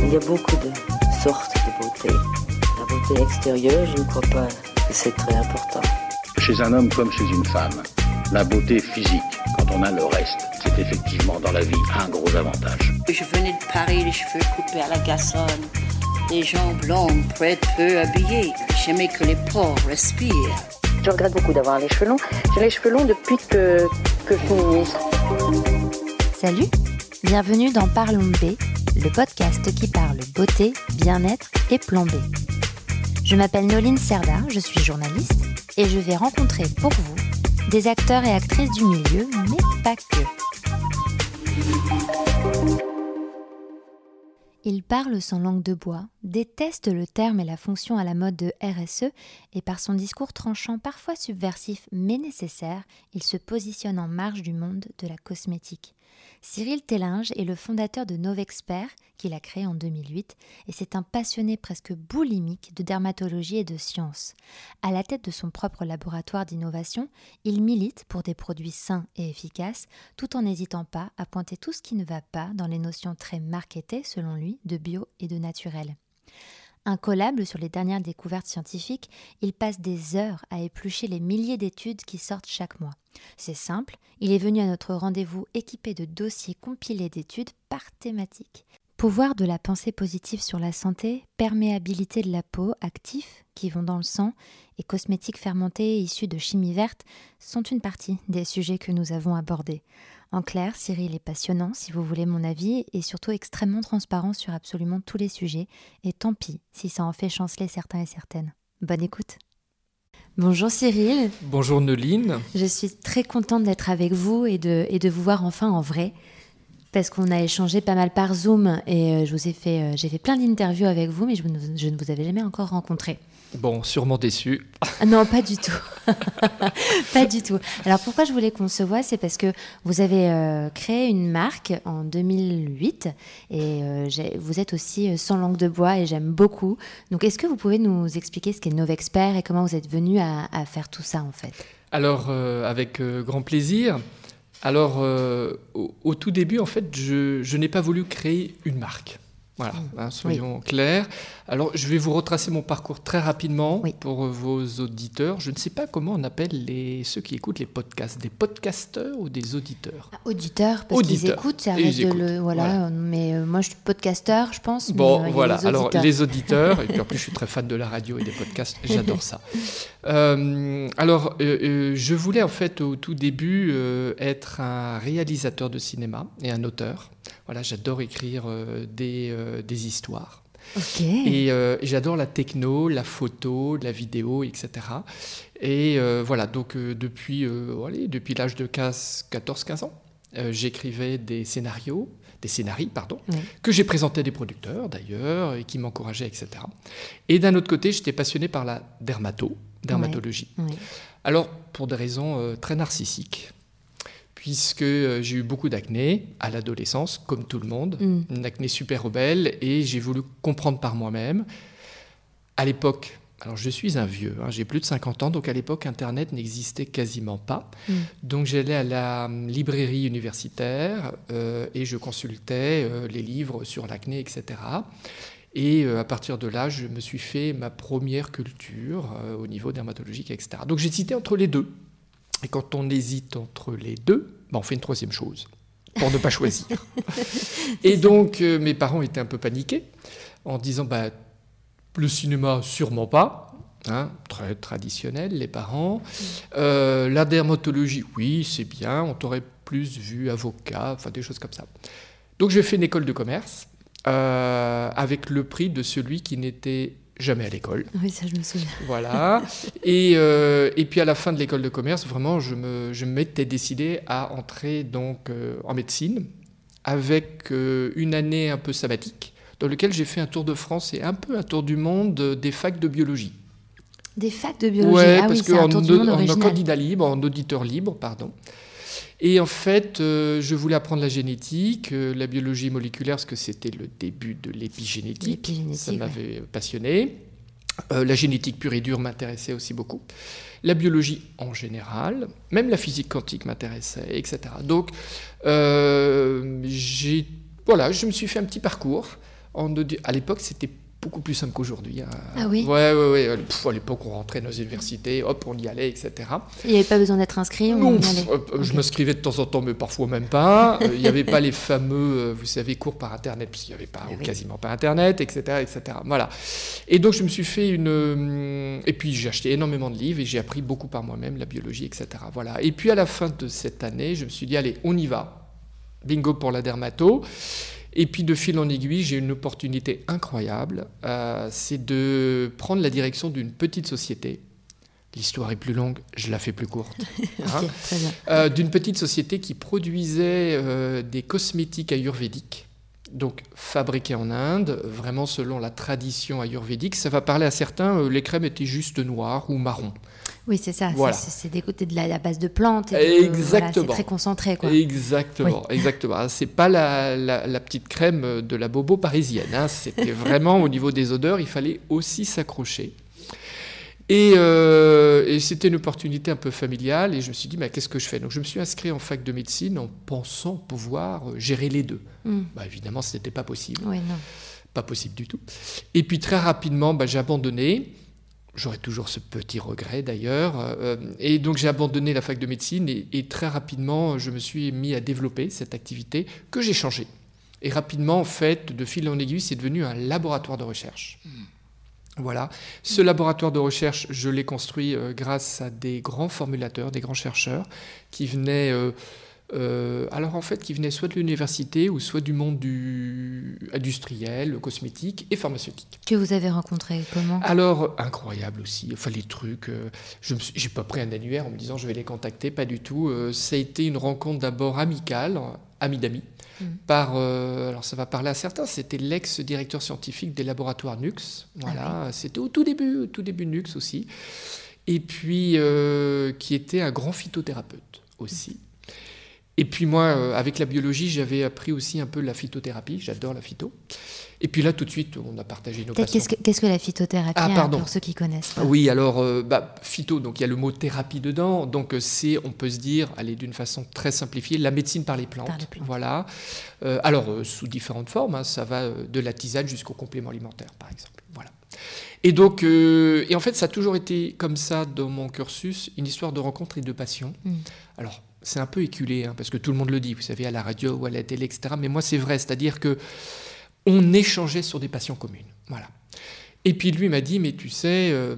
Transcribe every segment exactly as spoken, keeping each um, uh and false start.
Il y a beaucoup de sortes de beauté. La beauté extérieure, je ne crois pas que c'est très important. Chez un homme comme chez une femme, la beauté physique, quand on a le reste, c'est effectivement dans la vie un gros avantage. Je venais de Paris, les cheveux coupés à la garçonne, les jambes longues, prêtes, peu habillées. J'aimais que les pores respirent. Je regrette beaucoup d'avoir les cheveux longs. J'ai les cheveux longs depuis que, que je suis ministre. Salut, bienvenue dans Parlons B, le podcast qui parle beauté, bien-être et plan B. Je m'appelle Noline Serda, je suis journaliste et je vais rencontrer pour vous des acteurs et actrices du milieu, mais pas que. Ils parlent sans langue de bois, détestent le terme et la fonction à la mode de R S E et par son discours tranchant parfois subversif mais nécessaire, il se positionne en marge du monde de la cosmétique. Cyril Tellinge est le fondateur de Novexpert, qu'il a créé en deux mille huit, et c'est un passionné presque boulimique de dermatologie et de sciences. À la tête de son propre laboratoire d'innovation, il milite pour des produits sains et efficaces, tout en n'hésitant pas à pointer tout ce qui ne va pas dans les notions très marketées, selon lui, de bio et de naturel. Incollable sur les dernières découvertes scientifiques, il passe des heures à éplucher les milliers d'études qui sortent chaque mois. C'est simple, il est venu à notre rendez-vous équipé de dossiers compilés d'études par thématique. Pouvoir de la pensée positive sur la santé, perméabilité de la peau, actifs qui vont dans le sang et cosmétiques fermentés issus de chimie verte sont une partie des sujets que nous avons abordés. En clair, Cyril est passionnant, si vous voulez mon avis, et surtout extrêmement transparent sur absolument tous les sujets. Et tant pis si ça en fait chanceler certains et certaines. Bonne écoute. Bonjour Cyril. Bonjour Noline. Je suis très contente d'être avec vous et de, et de vous voir enfin en vrai. Parce qu'on a échangé pas mal par Zoom et euh, je vous ai fait, euh, j'ai fait plein d'interviews avec vous, mais je, je ne vous avais jamais encore rencontré. Bon, sûrement déçu. Ah non, pas du tout. Pas du tout. Alors pourquoi je voulais qu'on se voit, c'est parce que vous avez euh, créé une marque en deux mille huit et euh, j'ai, vous êtes aussi sans langue de bois et j'aime beaucoup. Donc est-ce que vous pouvez nous expliquer ce qu'est Novexpert et comment vous êtes venu à, à faire tout ça en fait ? Alors, euh, avec euh, grand plaisir. Alors, euh, au, au tout début, en fait, je, je n'ai pas voulu créer une marque. Voilà, hein, soyons oui. clairs. Alors, je vais vous retracer mon parcours très rapidement oui. pour vos auditeurs. Je ne sais pas comment on appelle les, ceux qui écoutent les podcasts, des podcasteurs ou des auditeurs ? Auditeurs, parce auditeurs. qu'ils écoutent, ça reste de le... Voilà, voilà. Mais euh, moi, je suis podcasteur, je pense. Bon, mais, euh, voilà, les alors les auditeurs, et puis en plus, je suis très fan de la radio et des podcasts, j'adore ça. Euh, alors, euh, euh, je voulais en fait, au tout début, euh, être un réalisateur de cinéma et un auteur. Voilà, j'adore écrire euh, des, euh, des histoires. Okay. Et, euh, et j'adore la techno, la photo, la vidéo, et cetera. Et euh, voilà, donc euh, depuis, euh, allez, depuis l'âge de quatorze quinze ans, euh, j'écrivais des scénarios, des scénarios, pardon, oui. que j'ai présentés à des producteurs d'ailleurs, et qui m'encourageaient, et cetera. Et d'un autre côté, j'étais passionné par la dermato, dermatologie. Oui. Oui. Alors, pour des raisons euh, très narcissiques. Puisque j'ai eu beaucoup d'acné à l'adolescence, comme tout le monde, mm. une acné super rebelle, et j'ai voulu comprendre par moi-même. À l'époque, alors je suis un vieux, hein, j'ai plus de cinquante ans, donc à l'époque, Internet n'existait quasiment pas. Mm. Donc j'allais à la librairie universitaire euh, et je consultais euh, les livres sur l'acné, et cetera. Et euh, à partir de là, je me suis fait ma première culture euh, au niveau dermatologique, et cetera. Donc j'hésitais entre les deux. Et quand on hésite entre les deux, ben on fait une troisième chose, pour ne pas choisir. Et donc, euh, mes parents étaient un peu paniqués, en disant, bah, le cinéma, sûrement pas, hein, très traditionnel, les parents. Euh, la dermatologie, oui, c'est bien, on t'aurait plus vu avocat, enfin des choses comme ça. Donc, j'ai fait une école de commerce, euh, avec le prix de celui qui n'était jamais à l'école. Oui, ça, je me souviens. Voilà. Et, euh, et puis, à la fin de l'école de commerce, vraiment, je, me, je m'étais décidé à entrer donc, euh, en médecine avec euh, une année un peu sabbatique dans laquelle j'ai fait un tour de France et un peu un tour du monde des facs de biologie. Des facs de biologie, ouais, ah parce oui, c'est un tour du monde original. En candidat libre, en auditeur libre, pardon. Et en fait, euh, je voulais apprendre la génétique, euh, la biologie moléculaire, parce que c'était le début de l'épigénétique. l'épigénétique Ça m'avait ouais. passionné. Euh, la génétique pure et dure m'intéressait aussi beaucoup. La biologie en général, même la physique quantique m'intéressait, et cetera. Donc, euh, j'ai, voilà, je me suis fait un petit parcours En audio... À l'époque, c'était beaucoup plus simple qu'aujourd'hui. Hein. Ah oui. Ouais, ouais, ouais. Pff, à l'époque, on rentrait dans les universités, hop, on y allait, et cetera. Il n'y avait pas besoin d'être inscrit. Non, on pff, allait... je okay. m'inscrivais de temps en temps, mais parfois même pas. Il n'y avait pas les fameux, vous savez, cours par Internet, puisqu'il n'y avait pas, ah, ou oui. quasiment pas Internet, et cetera, et cetera. Voilà. Et donc, je me suis fait une... Et puis, j'ai acheté énormément de livres et j'ai appris beaucoup par moi-même, la biologie, et cetera. Voilà. Et puis, à la fin de cette année, je me suis dit, allez, on y va. Bingo pour la dermato. Et puis de fil en aiguille, j'ai une opportunité incroyable, euh, c'est de prendre la direction d'une petite société. L'histoire est plus longue, je la fais plus courte. okay, hein. très bien. Euh, d'une petite société qui produisait euh, des cosmétiques ayurvédiques, donc fabriqués en Inde, vraiment selon la tradition ayurvédique. Ça va parler à certains, euh, les crèmes étaient juste noires ou marron. Oui, c'est ça, voilà. c'est, c'est des côtés de la, la base de plantes. Et de, exactement. Voilà, c'est très concentré, quoi. Exactement, oui. exactement. C'est pas la, la, la petite crème de la bobo parisienne. Hein. C'était vraiment au niveau des odeurs, il fallait aussi s'accrocher. Et, euh, et c'était une opportunité un peu familiale. Et je me suis dit, mais qu'est-ce que je fais ? Donc je me suis inscrit en fac de médecine en pensant pouvoir gérer les deux. Mm. Bah, évidemment, ce n'était pas possible. Oui, non. Pas possible du tout. Et puis très rapidement, bah, j'ai abandonné. J'aurais toujours ce petit regret d'ailleurs. Euh, et donc j'ai abandonné la fac de médecine et, et très rapidement, je me suis mis à développer cette activité que j'ai changée. Et rapidement, en fait, de fil en aiguille, c'est devenu un laboratoire de recherche. Mmh. Voilà. Ce laboratoire de recherche, je l'ai construit euh, grâce à des grands formulateurs, des grands chercheurs qui venaient... Euh, Euh, alors en fait, qui venaient soit de l'université ou soit du monde du industriel, cosmétique et pharmaceutique. Que vous avez rencontré comment ? Alors, incroyable aussi. Enfin, les trucs, euh, je me suis, j'ai pas pris un annuaire en me disant je vais les contacter, pas du tout. Euh, ça a été une rencontre d'abord amicale, ami d'amis. Mmh. Par, euh, alors ça va parler à certains, c'était l'ex-directeur scientifique des laboratoires N U X. Voilà, ah oui. C'était au tout début, au tout début N U X aussi. Et puis, euh, qui était un grand phytothérapeute aussi. Mmh. Et puis moi, euh, avec la biologie, j'avais appris aussi un peu la phytothérapie. J'adore la phyto. Et puis là, tout de suite, on a partagé nos passions. Qu'est-ce que, qu'est-ce que la phytothérapie, ah, pardon. Hein, pour ceux qui connaissent pas. Oui, alors, euh, bah, phyto, donc il y a le mot thérapie dedans. Donc c'est, on peut se dire, allez, d'une façon très simplifiée, la médecine par les plantes. Par les plantes. Voilà. Euh, alors, euh, sous différentes formes, hein, ça va de la tisane jusqu'au complément alimentaire, par exemple. Voilà. Et donc, euh, et en fait, ça a toujours été comme ça dans mon cursus, une histoire de rencontre et de passion. Mm. Alors, c'est un peu éculé, hein, parce que tout le monde le dit, vous savez, à la radio ou à la télé, et cetera. Mais moi, c'est vrai, c'est-à-dire que on échangeait sur des passions communes. Voilà. Et puis lui m'a dit, mais tu sais, euh,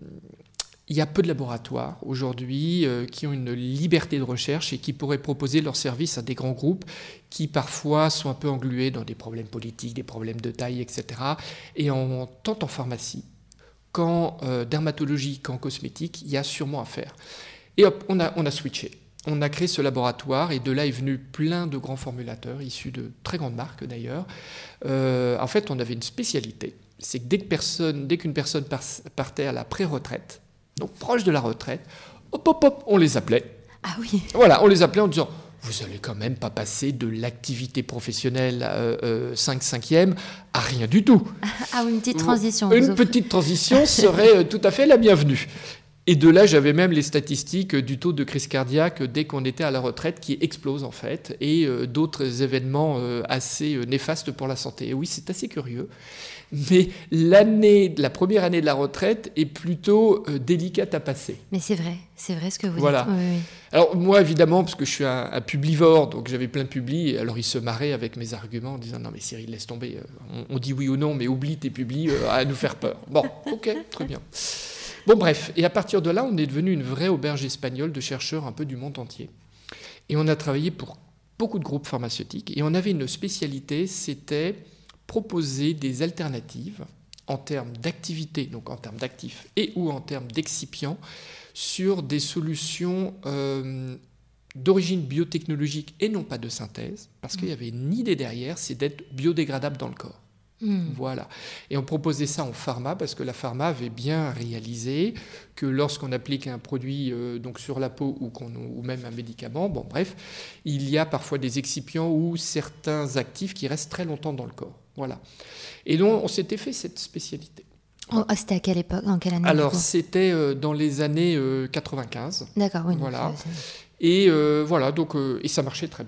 il y a peu de laboratoires aujourd'hui euh, qui ont une liberté de recherche et qui pourraient proposer leurs services à des grands groupes qui parfois sont un peu englués dans des problèmes politiques, des problèmes de taille, et cetera. Et en, tant en pharmacie qu'en euh, dermatologie, qu'en cosmétique, il y a sûrement à faire. Et hop, on a, on a switché. On a créé ce laboratoire et de là est venu plein de grands formulateurs issus de très grandes marques d'ailleurs. Euh, en fait, on avait une spécialité, c'est que dès, que personne, dès qu'une personne par, partait à la pré-retraite, donc proche de la retraite, hop, hop, hop, on les appelait. Ah oui. Voilà, on les appelait en disant, vous allez quand même pas passer de l'activité professionnelle euh, euh, cinq cinquième à rien du tout. Ah oui, une petite transition. Une petite transition serait tout à fait la bienvenue. Et de là, j'avais même les statistiques du taux de crise cardiaque dès qu'on était à la retraite qui explose en fait, et euh, d'autres événements euh, assez euh, néfastes pour la santé. Et oui, c'est assez curieux, mais l'année, la première année de la retraite est plutôt euh, délicate à passer. Mais c'est vrai, c'est vrai ce que vous voilà. dites. Oui, oui. Alors moi, évidemment, parce que je suis un, un publivore, donc j'avais plein de publis, et alors ils se marraient avec mes arguments en disant « Non mais Cyril, laisse tomber, on, on dit oui ou non, mais oublie tes publis euh, à nous faire peur. » Bon, ok, très bien. Bon bref, et à partir de là, on est devenu une vraie auberge espagnole de chercheurs un peu du monde entier. Et on a travaillé pour beaucoup de groupes pharmaceutiques, et on avait une spécialité, c'était proposer des alternatives en termes d'activité, donc en termes d'actifs et ou en termes d'excipients, sur des solutions euh, d'origine biotechnologique et non pas de synthèse, parce qu'il n'y avait une idée derrière, c'est d'être biodégradable dans le corps. Mmh. Voilà. Et on proposait ça en pharma parce que la pharma avait bien réalisé que lorsqu'on applique un produit euh, donc sur la peau ou, qu'on, ou même un médicament, bon bref, il y a parfois des excipients ou certains actifs qui restent très longtemps dans le corps. Voilà. Et donc on s'était fait cette spécialité. Oh, c'était à quelle époque, en quelle année? Alors c'était euh, dans les années euh, quatre-vingt-quinze. D'accord, oui. Voilà. Donc, c'est... Et euh, voilà, donc euh, et ça marchait très bien.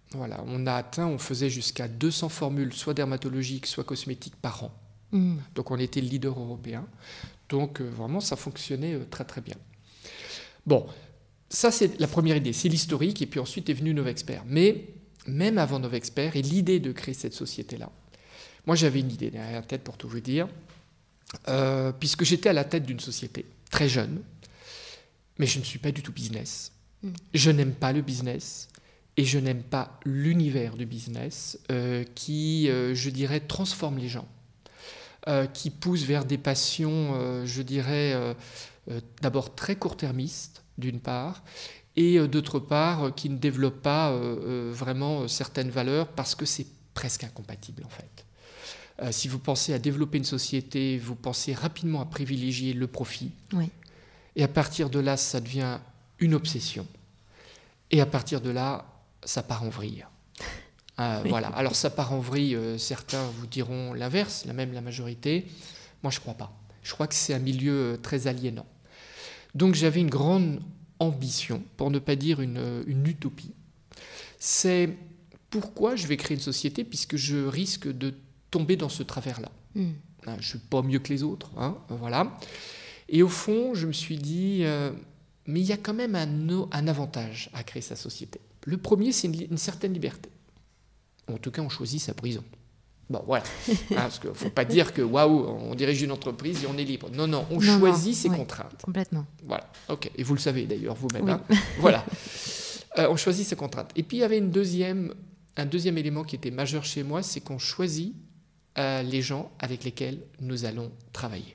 Voilà, on a atteint, on faisait jusqu'à deux cents formules, soit dermatologiques, soit cosmétiques par an. Mmh. Donc on était le leader européen. Donc euh, vraiment, ça fonctionnait euh, très très bien. Bon, ça c'est la première idée, c'est l'historique, et puis ensuite est venu Novexpert. Mais même avant Novexpert, et l'idée de créer cette société-là, moi j'avais une idée derrière la tête pour tout vous dire, euh, puisque j'étais à la tête d'une société très jeune, mais je ne suis pas du tout business. Mmh. Je n'aime pas le business. Et je n'aime pas l'univers du business euh, qui, euh, je dirais, transforme les gens, euh, qui pousse vers des passions, euh, je dirais, euh, euh, d'abord très court-termistes, d'une part, et euh, d'autre part, euh, qui ne développent pas euh, euh, vraiment euh, certaines valeurs parce que c'est presque incompatible, en fait. Euh, si vous pensez à développer une société, vous pensez rapidement à privilégier le profit. Oui. Et à partir de là, ça devient une obsession. Et à partir de là, ça part en vrille. Euh, oui. Voilà. Alors ça part en vrille, euh, certains vous diront l'inverse, la même la majorité. Moi je ne crois pas. Je crois que c'est un milieu euh, très aliénant. Donc j'avais une grande ambition, pour ne pas dire une, une utopie. C'est pourquoi je vais créer une société, puisque je risque de tomber dans ce travers-là. Mm. Je ne suis pas mieux que les autres. Hein, voilà. Et au fond, je me suis dit, euh, mais il y a quand même un, un avantage à créer sa société. Le premier, c'est une, une certaine liberté. En tout cas, on choisit sa prison. Bon, voilà. Hein, parce qu'il ne faut pas dire que, waouh, on dirige une entreprise et on est libre. Non, non, on non, choisit non, ses oui, contraintes. Complètement. Voilà, ok. Et vous le savez d'ailleurs vous-même. Oui. Hein. Voilà. Euh, on choisit ses contraintes. Et puis, il y avait une deuxième, un deuxième élément qui était majeur chez moi, c'est qu'on choisit euh, les gens avec lesquels nous allons travailler.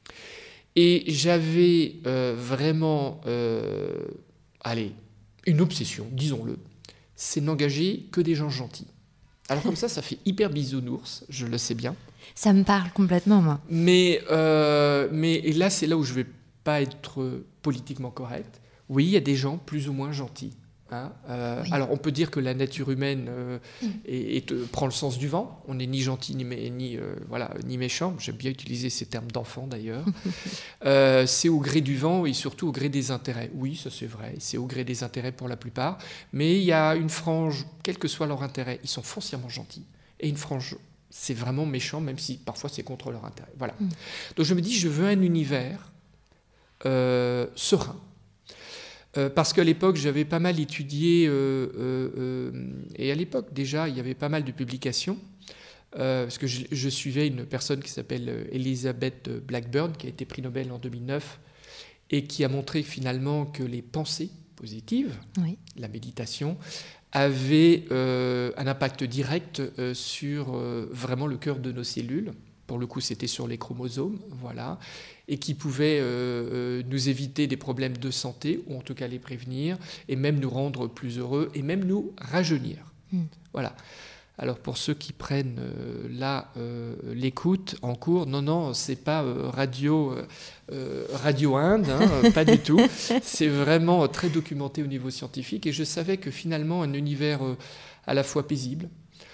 Et j'avais euh, vraiment, euh, allez, une obsession, disons-le, c'est n'engager que des gens gentils. Alors comme ça, ça fait hyper bisounours, je le sais bien. Ça me parle complètement, moi. Mais, euh, mais et là, c'est là où je ne vais pas être politiquement correct. Oui, il y a des gens plus ou moins gentils. Hein, euh, oui. Alors on peut dire que la nature humaine euh, mmh. est, est, euh, prend le sens du vent. On n'est ni gentil ni, ni, euh, voilà, ni méchant. J'aime bien utiliser ces termes d'enfant d'ailleurs. euh, c'est au gré du vent et surtout au gré des intérêts. Oui, ça c'est vrai. C'est au gré des intérêts pour la plupart. Mais il y a une frange, quel que soit leur intérêt, ils sont foncièrement gentils. Et une frange, c'est vraiment méchant, même si parfois c'est contre leur intérêt. Voilà. Mmh. Donc je me dis, je veux un univers euh, serein. Euh, parce qu'à l'époque, j'avais pas mal étudié, euh, euh, euh, et à l'époque déjà, il y avait pas mal de publications, euh, parce que je, je suivais une personne qui s'appelle Elizabeth Blackburn, qui a été prix Nobel en deux mille neuf, et qui a montré finalement que les pensées positives, oui. la méditation, avaient euh, un impact direct euh, sur euh, vraiment le cœur de nos cellules. Pour le coup, c'était sur les chromosomes, voilà, et qui pouvait euh, euh, nous éviter des problèmes de santé, ou en tout cas les prévenir, et même nous rendre plus heureux, et même nous rajeunir. Mm. Voilà. Alors pour ceux qui prennent euh, là euh, l'écoute en cours, non, non, c'est pas euh, radio, euh, radio Inde, hein, pas du tout. C'est vraiment très documenté au niveau scientifique, et je savais que finalement un univers euh, à la fois paisible,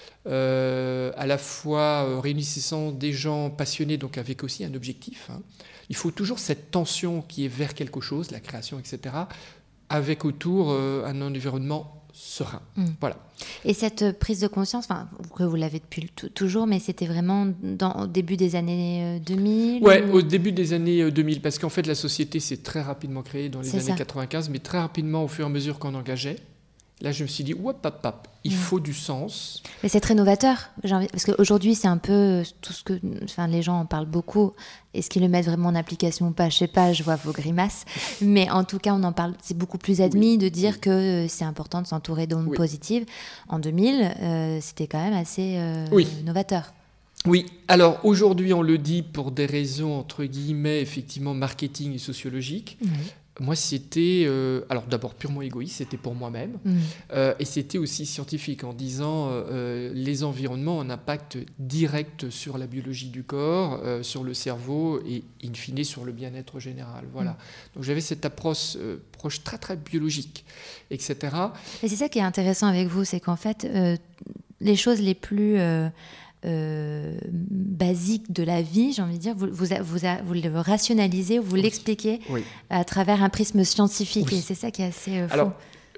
Euh, à la fois euh, réunissant des gens passionnés, donc avec aussi un objectif. Hein. Il faut toujours cette tension qui est vers quelque chose, la création, et cetera, avec autour euh, un environnement serein. Mmh. Voilà. Et cette prise de conscience, enfin, que vous l'avez depuis t- toujours, mais c'était vraiment dans, au début des années deux mille Oui, ou... au début des années deux mille, parce qu'en fait, la société s'est très rapidement créée dans les C'est années ça. quatre-vingt-quinze, mais très rapidement, au fur et à mesure qu'on engageait, là, je me suis dit, hop, hop, hop, il mmh. faut du sens. Mais c'est très novateur, j'ai envie... parce qu'aujourd'hui, c'est un peu tout ce que... Enfin, les gens en parlent beaucoup. Est-ce qu'ils le mettent vraiment en application ou pas ? Je sais pas, je vois vos grimaces. Mais en tout cas, on en parle. C'est beaucoup plus admis oui. de dire oui. que c'est important de s'entourer d'ondes oui. positives. En deux mille, euh, c'était quand même assez euh, oui. novateur. Oui, alors aujourd'hui, on le dit pour des raisons, entre guillemets, effectivement, marketing et sociologiques. Oui. Moi, c'était, euh, alors d'abord purement égoïste, c'était pour moi-même, mmh. euh, et c'était aussi scientifique, en disant euh, les environnements ont un impact direct sur la biologie du corps, euh, sur le cerveau, et in fine sur le bien-être général. Voilà. Mmh. Donc j'avais cette approche, euh, approche très très biologique, et cetera. Et c'est ça qui est intéressant avec vous, c'est qu'en fait, euh, les choses les plus... Euh, Euh, basique de la vie, j'ai envie de dire, vous, vous, vous, vous le rationalisez, vous oui. l'expliquez oui. à travers un prisme scientifique, oui. et c'est ça qui est assez euh, fou. Alors,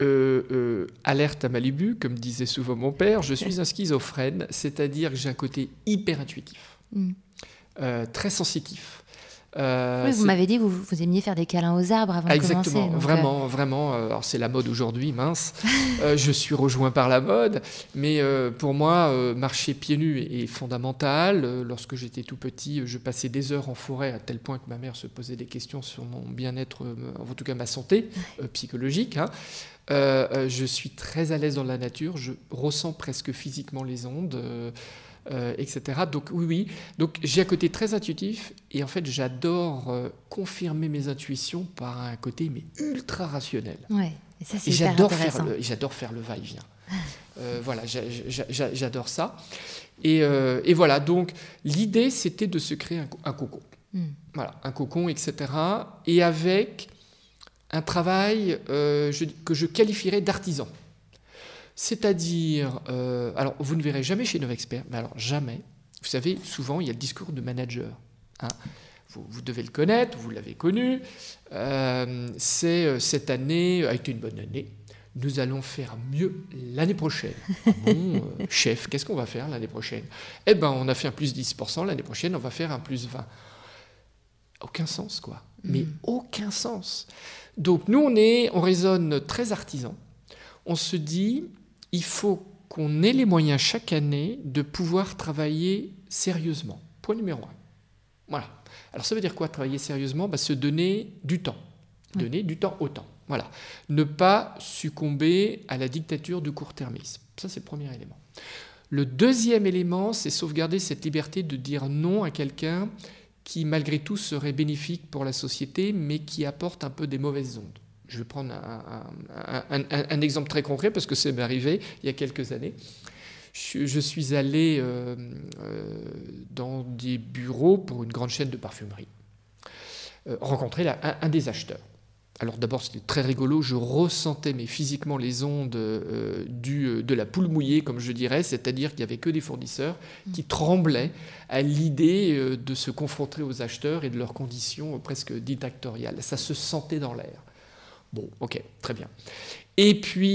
euh, euh, alerte à Malibu, comme disait souvent mon père, je suis un schizophrène, c'est-à-dire que j'ai un côté hyper intuitif, mm. euh, très sensitif. Euh, oui, vous m'avez dit que vous, vous aimiez faire des câlins aux arbres avant de Exactement, commencer. Exactement, vraiment, euh... vraiment. Alors c'est la mode aujourd'hui, mince. euh, je suis rejoint par la mode, mais euh, pour moi, euh, marcher pieds nus est, est fondamental. Euh, lorsque j'étais tout petit, je passais des heures en forêt à tel point que ma mère se posait des questions sur mon bien-être, euh, en tout cas ma santé euh, psychologique. Hein. Euh, euh, je suis très à l'aise dans la nature. Je ressens presque physiquement les ondes. Euh, Euh, et cetera. Donc oui, oui. Donc j'ai un côté très intuitif et en fait j'adore euh, confirmer mes intuitions par un côté mais ultra rationnel. Ouais. Et ça c'est et hyper j'adore intéressant. faire le, j'adore faire le va-et-vient. euh, voilà, j'a, j'a, j'adore ça. Et, euh, et voilà. Donc l'idée c'était de se créer un, un cocon. Mm. Voilà, un cocon, et cetera. Et avec un travail euh, je, que je qualifierais d'artisan. C'est-à-dire, euh, alors vous ne verrez jamais chez Novexpert, mais alors jamais, vous savez, souvent il y a le discours de manager. Hein. Vous, vous devez le connaître, vous l'avez connu. Euh, c'est euh, cette année a été une bonne année. Nous allons faire mieux l'année prochaine. Bon, euh, chef, qu'est-ce qu'on va faire l'année prochaine ? Eh bien, on a fait un plus dix pour cent, l'année prochaine, on va faire un plus vingt. Aucun sens, quoi. Mais mmh. aucun sens. Donc nous, on, est, on raisonne très artisan. On se dit... il faut qu'on ait les moyens chaque année de pouvoir travailler sérieusement. Point numéro un. Voilà. Alors ça veut dire quoi, travailler sérieusement ? Bah, se donner du temps. Oui. Donner du temps au temps. Voilà. Ne pas succomber à la dictature du court-termisme. Ça, c'est le premier élément. Le deuxième élément, c'est sauvegarder cette liberté de dire non à quelqu'un qui, malgré tout, serait bénéfique pour la société, mais qui apporte un peu des mauvaises ondes. Je vais prendre un, un, un, un, un exemple très concret parce que ça m'est arrivé il y a quelques années. Je, je suis allé euh, euh, dans des bureaux pour une grande chaîne de parfumerie, euh, rencontrer la, un, un des acheteurs. Alors d'abord, c'était très rigolo, je ressentais mais physiquement les ondes euh, du, de la poule mouillée, comme je dirais, c'est-à-dire qu'il n'y avait que des fournisseurs qui tremblaient à l'idée euh, de se confronter aux acheteurs et de leurs conditions euh, presque dictatoriales. Ça se sentait dans l'air. Bon, ok, très bien. Et puis,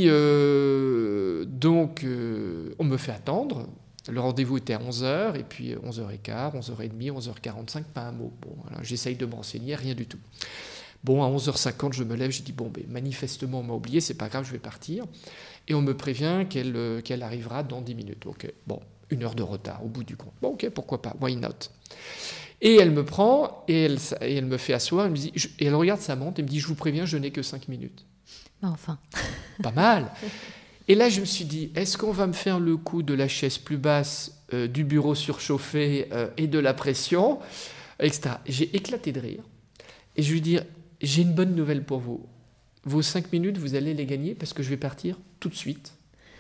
euh, donc, euh, on me fait attendre. Le rendez-vous était à onze heures, et puis onze heures quinze, onze heures trente, onze heures quarante-cinq, pas un mot. Bon, alors, j'essaye de me renseigner, rien du tout. Bon, à onze heures cinquante, je me lève, je dis, bon, ben, manifestement, on m'a oublié, c'est pas grave, je vais partir. Et on me prévient qu'elle, euh, qu'elle arrivera dans dix minutes. Ok, bon, une heure de retard, au bout du compte. Bon, ok, pourquoi pas, why not ? Et elle me prend, et elle, et elle me fait asseoir, elle me dit, je, et elle regarde sa montre, et me dit, je vous préviens, je n'ai que cinq minutes. Enfin. Pas mal. Et là, je me suis dit, est-ce qu'on va me faire le coup de la chaise plus basse, euh, du bureau surchauffé euh, et de la pression, et cetera. J'ai éclaté de rire. Et je lui dis, j'ai une bonne nouvelle pour vous. Vos cinq minutes, vous allez les gagner parce que je vais partir tout de suite.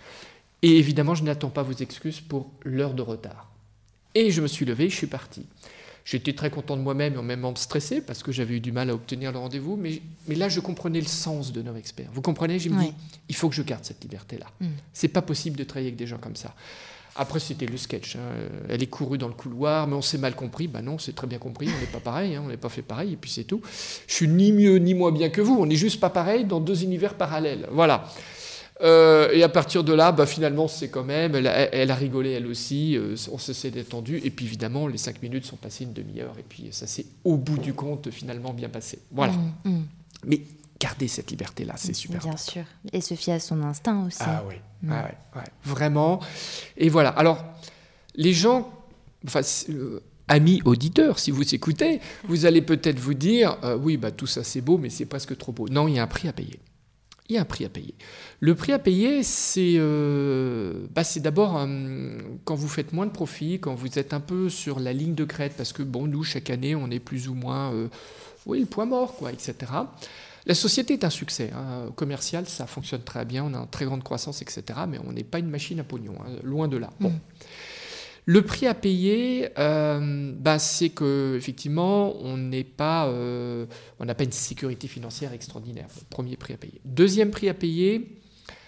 Et évidemment, je n'attends pas vos excuses pour l'heure de retard. Et je me suis levé, je suis parti. J'étais très content de moi-même et en même temps stressé parce que j'avais eu du mal à obtenir le rendez-vous. Mais, mais là, je comprenais le sens de Novexpert. Vous comprenez ? Je me dis, il faut que je garde cette liberté-là. Mm. C'est pas possible de travailler avec des gens comme ça. Après, c'était le sketch. Hein. Elle est courue dans le couloir, mais on s'est mal compris. Ben non, c'est très bien compris. On n'est pas pareil. Hein. On n'est pas fait pareil. Et puis c'est tout. Je suis ni mieux ni moins bien que vous. On n'est juste pas pareil dans deux univers parallèles. Voilà. Euh, et à partir de là, bah, finalement, c'est quand même, elle a, elle a rigolé elle aussi, euh, on se s'est détendu, et puis évidemment, les cinq minutes sont passées une demi-heure, et puis ça s'est au bout du compte finalement bien passé. Voilà. Mmh, mmh. Mais garder cette liberté-là, c'est super Bien important. sûr. Et se fier à son instinct aussi. Ah oui, mmh. ah ouais, ouais, vraiment. Et voilà. Alors, les gens, enfin, euh, amis auditeurs, si vous écoutez, vous allez peut-être vous dire, euh, oui, bah, tout ça c'est beau, mais c'est presque trop beau. Non, il y a un prix à payer. Il y a un prix à payer. Le prix à payer, c'est, euh, bah c'est d'abord euh, quand vous faites moins de profit, quand vous êtes un peu sur la ligne de crête, parce que bon, nous, chaque année, on est plus ou moins, euh, oui, le point mort, quoi, et cetera. La société est un succès. Hein. Commercial, ça fonctionne très bien, on a une très grande croissance, et cetera. Mais on n'est pas une machine à pognon, hein, loin de là. Bon. Mmh. Le prix à payer, euh, bah, c'est qu'effectivement, on n'est pas, euh, on n'a pas une sécurité financière extraordinaire. Premier prix à payer. Deuxième prix à payer,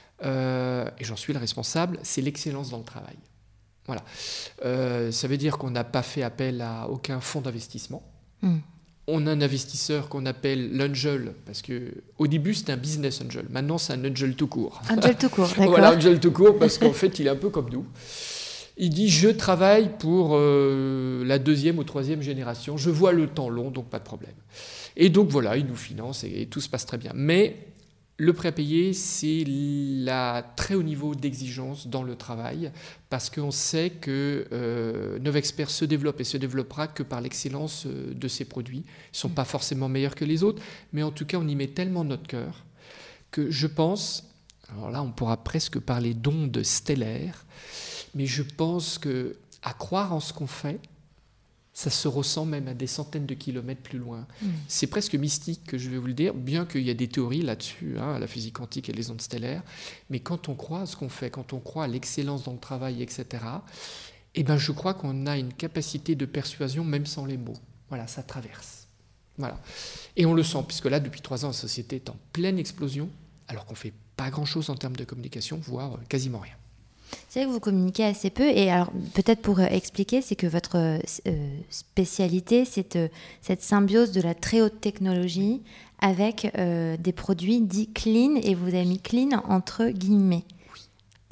euh, et j'en suis le responsable, c'est l'excellence dans le travail. Voilà. Euh, ça veut dire qu'on n'a pas fait appel à aucun fonds d'investissement. Mmh. on a un investisseur qu'on appelle l'angel, parce qu'au début, c'était un business angel. Maintenant, c'est un angel tout court. Angel tout court, d'accord. Voilà, angel tout court, parce qu'en fait, il est un peu comme nous. Il dit, je travaille pour euh, la deuxième ou troisième génération. Je vois le temps long, donc pas de problème. Et donc, voilà, il nous finance et, et tout se passe très bien. Mais le prêt à payer, c'est la très haut niveau d'exigence dans le travail, parce qu'on sait que euh, Novexpert se développe et se développera que par l'excellence de ses produits. Ils ne sont pas forcément meilleurs que les autres, mais en tout cas, on y met tellement notre cœur que je pense, alors là, on pourra presque parler d'onde stellaire, mais je pense qu'à croire en ce qu'on fait, ça se ressent même à des centaines de kilomètres plus loin. Mmh. C'est presque mystique que je vais vous le dire, bien qu'il y a des théories là-dessus, hein, la physique quantique et les ondes stellaires, mais quand on croit à ce qu'on fait, quand on croit à l'excellence dans le travail, et cetera, eh ben je crois qu'on a une capacité de persuasion même sans les mots. Voilà, ça traverse. Voilà. Et on le sent, puisque là, depuis trois ans, la société est en pleine explosion, alors qu'on ne fait pas grand-chose en termes de communication, voire quasiment rien. C'est vrai que vous communiquez assez peu, et alors peut-être pour euh, expliquer, c'est que votre euh, spécialité, c'est euh, cette symbiose de la très haute technologie avec euh, des produits dits clean, et vous avez mis clean entre guillemets. Oui. Pourquoi ?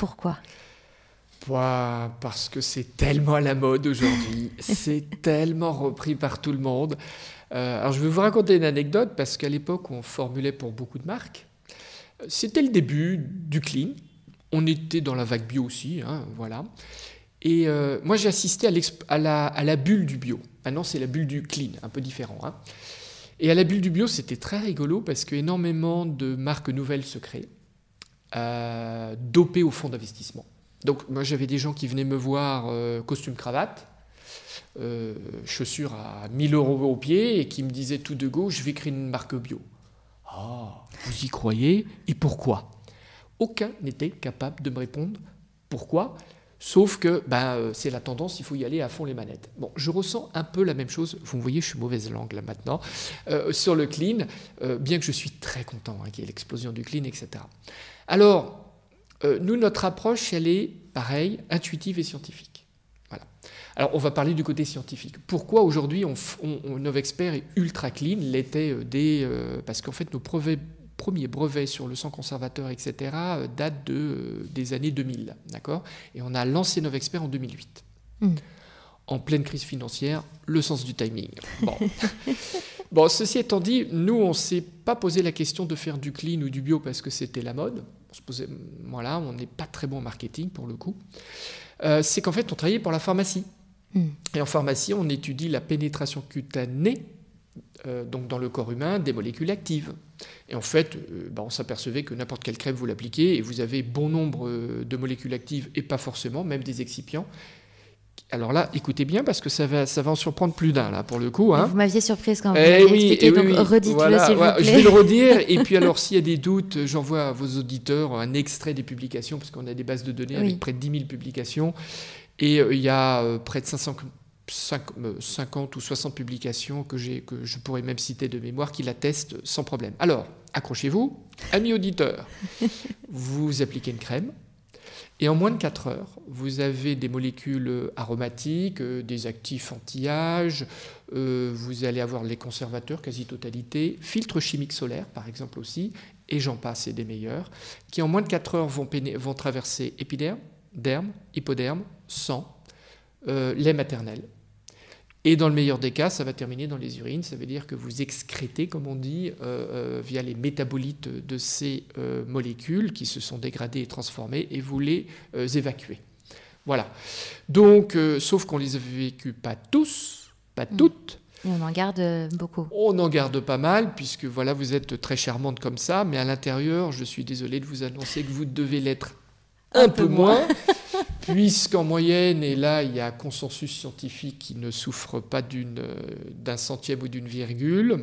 Bah, parce que c'est tellement à la mode aujourd'hui, c'est tellement repris par tout le monde. Euh, alors je vais vous raconter une anecdote, parce qu'à l'époque, on formulait pour beaucoup de marques. C'était le début du clean. On était dans la vague bio aussi, hein, voilà. Et euh, moi, j'ai assisté à, à, la, à la bulle du bio. Maintenant, c'est la bulle du clean, un peu différent. Hein. Et à la bulle du bio, c'était très rigolo parce qu'énormément de marques nouvelles se créent, euh, dopées au fonds d'investissement. Donc, moi, j'avais des gens qui venaient me voir euh, costume-cravate, euh, chaussures à mille euros au pied, et qui me disaient tout de go, je vais créer une marque bio. Ah, vous y croyez ? Et pourquoi ? Aucun n'était capable de me répondre pourquoi, sauf que ben, c'est la tendance, il faut y aller à fond les manettes. Bon, je ressens un peu la même chose, vous me voyez, je suis mauvaise langue là maintenant, euh, sur le clean, euh, bien que je suis très content hein, qu'il y ait l'explosion du clean, et cetera. Alors, euh, nous, notre approche, elle est, pareil, intuitive et scientifique. Voilà. Alors, on va parler du côté scientifique. Pourquoi aujourd'hui, on, on, on, Novexpert est ultra clean, l'était euh, dès... Euh, parce qu'en fait, nos brevets premier brevet sur le sang conservateur, et cetera, euh, date de, euh, des années deux mille, d'accord ? Et on a lancé Novexpert en deux mille huit. Mmh. En pleine crise financière, le sens du timing. Bon. Bon, ceci étant dit, nous, on ne s'est pas posé la question de faire du clean ou du bio parce que c'était la mode. On se posait, voilà, on n'est pas très bon en marketing, pour le coup. Euh, c'est qu'en fait, on travaillait pour la pharmacie. Mmh. Et en pharmacie, on étudie la pénétration cutanée, euh, donc dans le corps humain, des molécules actives. Et en fait, euh, bah on s'apercevait que n'importe quelle crème, vous l'appliquez, et vous avez bon nombre euh, de molécules actives, et pas forcément, même des excipients. Alors là, écoutez bien, parce que ça va, ça va en surprendre plus d'un, là, pour le coup. Hein. Vous m'aviez surprise quand vous eh m'aviez oui, expliqué, eh donc oui, redites-le, voilà, s'il voilà, vous plaît. Je vais le redire, et puis alors, s'il y a des doutes, j'envoie à vos auditeurs un extrait des publications, parce qu'on a des bases de données oui. avec près de dix mille publications, et euh, il y a euh, près de cinq cents... cinquante ou soixante publications que, j'ai, que je pourrais même citer de mémoire qui l'attestent sans problème. Alors, accrochez-vous, amis auditeurs, vous appliquez une crème et en moins de quatre heures, vous avez des molécules aromatiques, euh, des actifs anti-âge, euh, vous allez avoir les conservateurs, quasi-totalité, filtres chimiques solaires par exemple aussi, et j'en passe, et des meilleurs, qui en moins de quatre heures vont, péné- vont traverser épiderme, derme, hypoderme, sang, euh, lait maternel. Et dans le meilleur des cas, ça va terminer dans les urines. Ça veut dire que vous excrétez, comme on dit, euh, euh, via les métabolites de ces euh, molécules qui se sont dégradées et transformées, et vous les euh, évacuez. Voilà. Donc, euh, sauf qu'on les évacue pas tous, pas toutes. Et on en garde beaucoup. On en garde pas mal, puisque voilà, vous êtes très charmante comme ça, mais à l'intérieur, je suis désolé de vous annoncer que vous devez l'être un, un peu, peu moins. moins. Puisqu'en moyenne, et là il y a un consensus scientifique qui ne souffre pas d'une, d'un centième ou d'une virgule,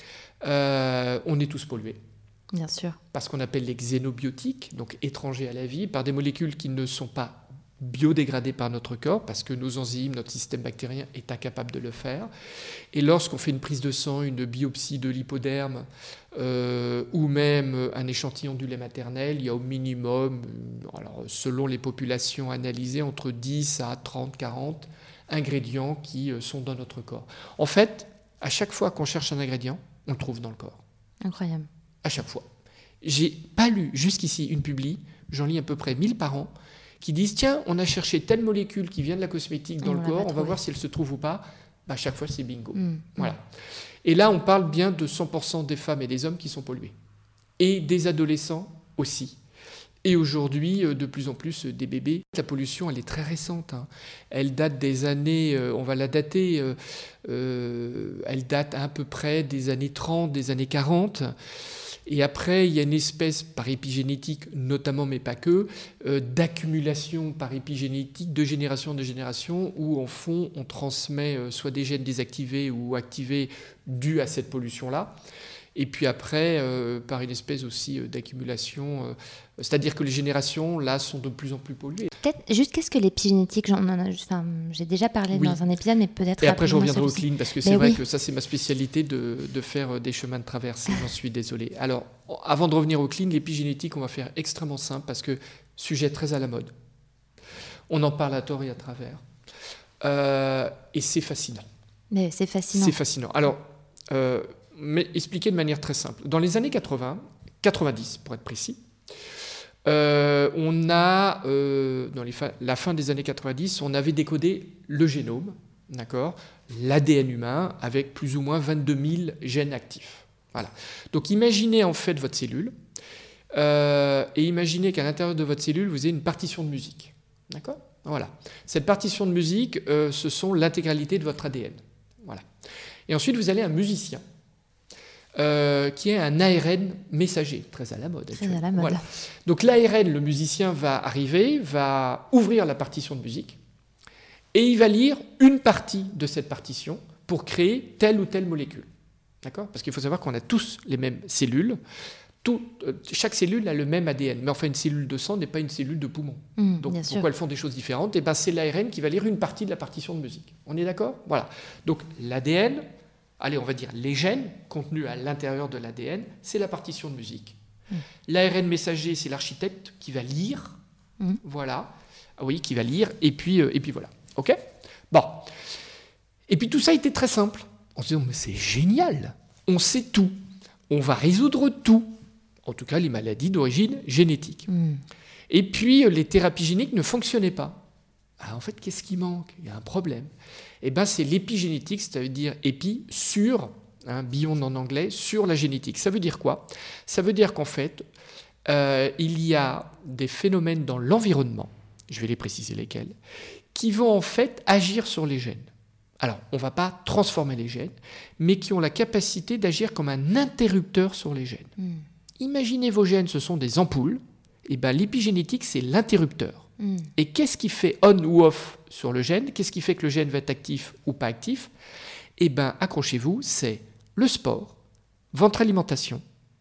euh, on est tous pollués. Bien sûr. Parce qu'on appelle les xénobiotiques, donc étrangers à la vie, par des molécules qui ne sont pas biodégradées par notre corps, parce que nos enzymes, notre système bactérien est incapable de le faire. Et lorsqu'on fait une prise de sang, une biopsie de l'hypoderme, euh, ou même un échantillon du lait maternel, il y a au minimum, alors, selon les populations analysées, entre dix à trente, quarante ingrédients qui sont dans notre corps. En fait, à chaque fois qu'on cherche un ingrédient, on le trouve dans le corps. Incroyable. À chaque fois. J'ai pas lu jusqu'ici une publi, j'en lis à peu près mille par an, qui disent tiens, on a cherché telle molécule qui vient de la cosmétique dans Et le on corps, l'a on va trouvé. voir si elle se trouve ou pas. Bah, à chaque fois, c'est bingo. Mmh. Voilà. Et là, on parle bien de cent pour cent des femmes et des hommes qui sont pollués. Et des adolescents aussi. Et aujourd'hui, de plus en plus, des bébés. La pollution, elle est très récente. Hein. Elle date des années, euh, on va la dater, euh, euh, elle date à peu près des années trente, des années quarante. Et après, il y a une espèce, par épigénétique notamment, mais pas que, euh, d'accumulation par épigénétique de génération en génération, où en fond, on transmet euh, soit des gènes désactivés ou activés dus à cette pollution-là. Et puis après, euh, par une espèce aussi euh, d'accumulation, euh, c'est-à-dire que les générations, là, sont de plus en plus polluées. Peut-être, juste qu'est-ce que l'épigénétique, j'en, en a- enfin, j'ai déjà parlé Oui. dans un épisode, mais peut-être Et après, je rapidement reviendrai au celui-ci. clean, parce que c'est Mais vrai oui. que ça, c'est ma spécialité de, de faire des chemins de traversée, j'en suis désolé. Alors, avant de revenir au clean, l'épigénétique, on va faire extrêmement simple, parce que sujet très à la mode. On en parle à tort et à travers. Euh, et c'est fascinant. Mais c'est fascinant. C'est fascinant. Alors, euh, mais expliquer de manière très simple. Dans les années quatre-vingts, quatre-vingt-dix pour être précis, euh, on a, euh, dans les fa- la fin des années quatre-vingt-dix, on avait décodé le génome, d'accord, l'A D N humain, avec plus ou moins vingt-deux mille gènes actifs. Voilà. Donc imaginez en fait votre cellule, euh, et imaginez qu'à l'intérieur de votre cellule, vous avez une partition de musique. D'accord ? Voilà. Cette partition de musique, euh, ce sont l'intégralité de votre A D N. Voilà. Et ensuite, vous avez un musicien. Euh, qui est un A R N messager, très à la mode. Très à la mode. Voilà. Donc l'A R N, le musicien va arriver, va ouvrir la partition de musique, et il va lire une partie de cette partition pour créer telle ou telle molécule. D'accord ? Parce qu'il faut savoir qu'on a tous les mêmes cellules. Tout, euh, chaque cellule a le même A D N, mais enfin une cellule de sang n'est pas une cellule de poumon. Mmh, Donc bien pourquoi sûr. elles font des choses différentes ? Et ben, c'est l'A R N qui va lire une partie de la partition de musique. On est d'accord ? Voilà. Donc l'A D N, allez, on va dire les gènes contenus à l'intérieur de l'A D N, c'est la partition de musique. Mmh. L'A R N messager, c'est l'architecte qui va lire, mmh. voilà, ah oui, qui va lire, et puis, euh, et puis voilà. Ok ? Bon. Et puis tout ça était très simple. On se dit, mais c'est génial, on sait tout, on va résoudre tout, en tout cas les maladies d'origine génétique. Mmh. Et puis les thérapies géniques ne fonctionnaient pas. Ah, en fait, qu'est-ce qui manque ? Il y a un problème. Eh ben, c'est l'épigénétique, c'est-à-dire épi, sur, hein, beyond en anglais, sur la génétique. Ça veut dire quoi ? Ça veut dire qu'en fait, euh, il y a des phénomènes dans l'environnement, je vais les préciser lesquels, qui vont en fait agir sur les gènes. Alors, on ne va pas transformer les gènes, mais qui ont la capacité d'agir comme un interrupteur sur les gènes. Mmh. Imaginez vos gènes, ce sont des ampoules, et ben, l'épigénétique, c'est l'interrupteur. Mmh. Et qu'est-ce qui fait on ou off sur le gène ? Qu'est-ce qui fait que le gène va être actif ou pas actif ? Eh bien, accrochez-vous, c'est le sport, votre alimentation,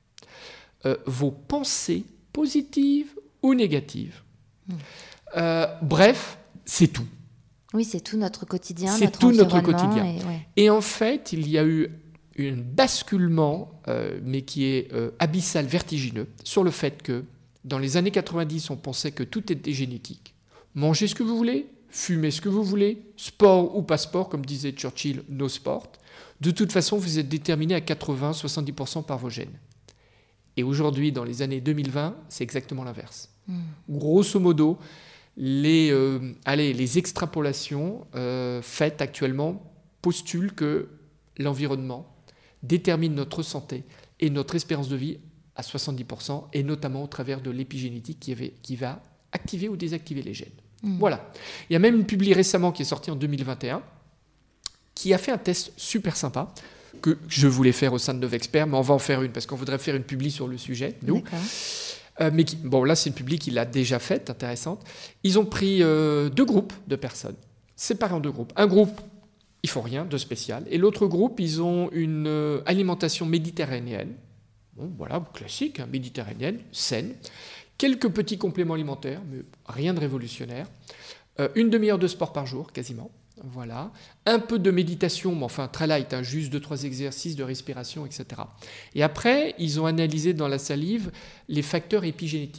euh, vos pensées positives ou négatives. Mmh. Euh, bref, c'est tout. Oui, c'est tout notre quotidien, c'est notre tout notre environnement. quotidien. Et, ouais. et en fait, il y a eu un basculement, euh, mais qui est euh, abyssal, vertigineux, sur le fait que dans les années quatre-vingt-dix, on pensait que tout était génétique. Mangez ce que vous voulez, fumez ce que vous voulez, sport ou pas sport, comme disait Churchill, no sport. De toute façon, vous êtes déterminé à quatre-vingts à soixante-dix pour cent par vos gènes. Et aujourd'hui, dans les années deux mille vingt, c'est exactement l'inverse. Mmh. Grosso modo, les, euh, allez, les extrapolations euh, faites actuellement postulent que l'environnement détermine notre santé et notre espérance de vie à soixante-dix pour cent, et notamment au travers de l'épigénétique qui, avait, qui va activer ou désactiver les gènes. Mmh. Voilà. Il y a même une publi récemment qui est sortie en deux mille vingt et un qui a fait un test super sympa que je voulais faire au sein de Novexpert, mais on va en faire une parce qu'on voudrait faire une publi sur le sujet, nous. Euh, mais qui, bon, là, c'est une publi qu'il a déjà faite, intéressante. Ils ont pris euh, deux groupes de personnes, séparés en deux groupes. Un groupe, ils font rien de spécial, et l'autre groupe, ils ont une euh, alimentation méditerranéenne. Bon, voilà, classique, hein, méditerranéenne, saine. Quelques petits compléments alimentaires, mais rien de révolutionnaire. Euh, une demi-heure de sport par jour, quasiment. Voilà. Un peu de méditation, mais enfin très light, hein, juste deux, trois exercices de respiration, et cetera. Et après, ils ont analysé dans la salive les facteurs épigénétiques.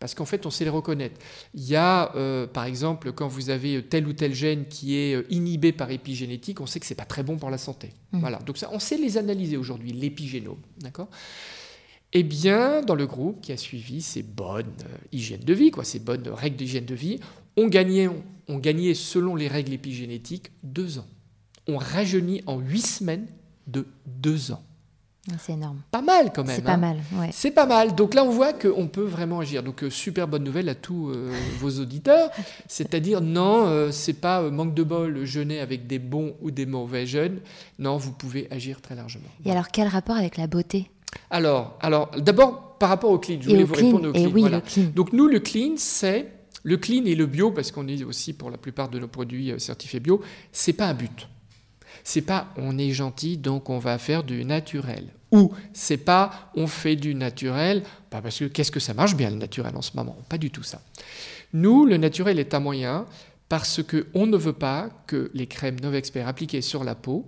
parce qu'en fait, on sait les reconnaître. Il y a, euh, par exemple, quand vous avez tel ou tel gène qui est inhibé par épigénétique, on sait que ce n'est pas très bon pour la santé. Mmh. Voilà. Donc ça, on sait les analyser aujourd'hui, l'épigénome. D'accord ? Eh bien, dans le groupe qui a suivi ces bonnes euh, hygiènes de vie, quoi, ces bonnes règles d'hygiène de vie, on gagnait, on, on gagnait, selon les règles épigénétiques, deux ans. On rajeunit en huit semaines de deux ans. C'est énorme. Pas mal quand même. C'est pas hein. mal, ouais. C'est pas mal. Donc là, on voit qu'on peut vraiment agir. Donc, euh, super bonne nouvelle à tous euh, vos auditeurs. C'est-à-dire, non, euh, c'est pas euh, manque de bol, jeûner avec des bons ou des mauvais jeûnes. Non, vous pouvez agir très largement. Et alors, quel rapport avec la beauté ? Alors, alors d'abord, par rapport au clean, je voulais vous clean, répondre au clean. Et oui, voilà. le clean. Donc, nous, le clean, c'est le clean et le bio, parce qu'on est aussi pour la plupart de nos produits certifiés bio, c'est pas un but. C'est pas on est gentil, donc on va faire du naturel. Ou c'est pas on fait du naturel, bah parce que qu'est-ce que ça marche bien le naturel en ce moment ? Pas du tout ça. Nous, le naturel est un moyen parce qu'on ne veut pas que les crèmes Novexpert appliquées sur la peau,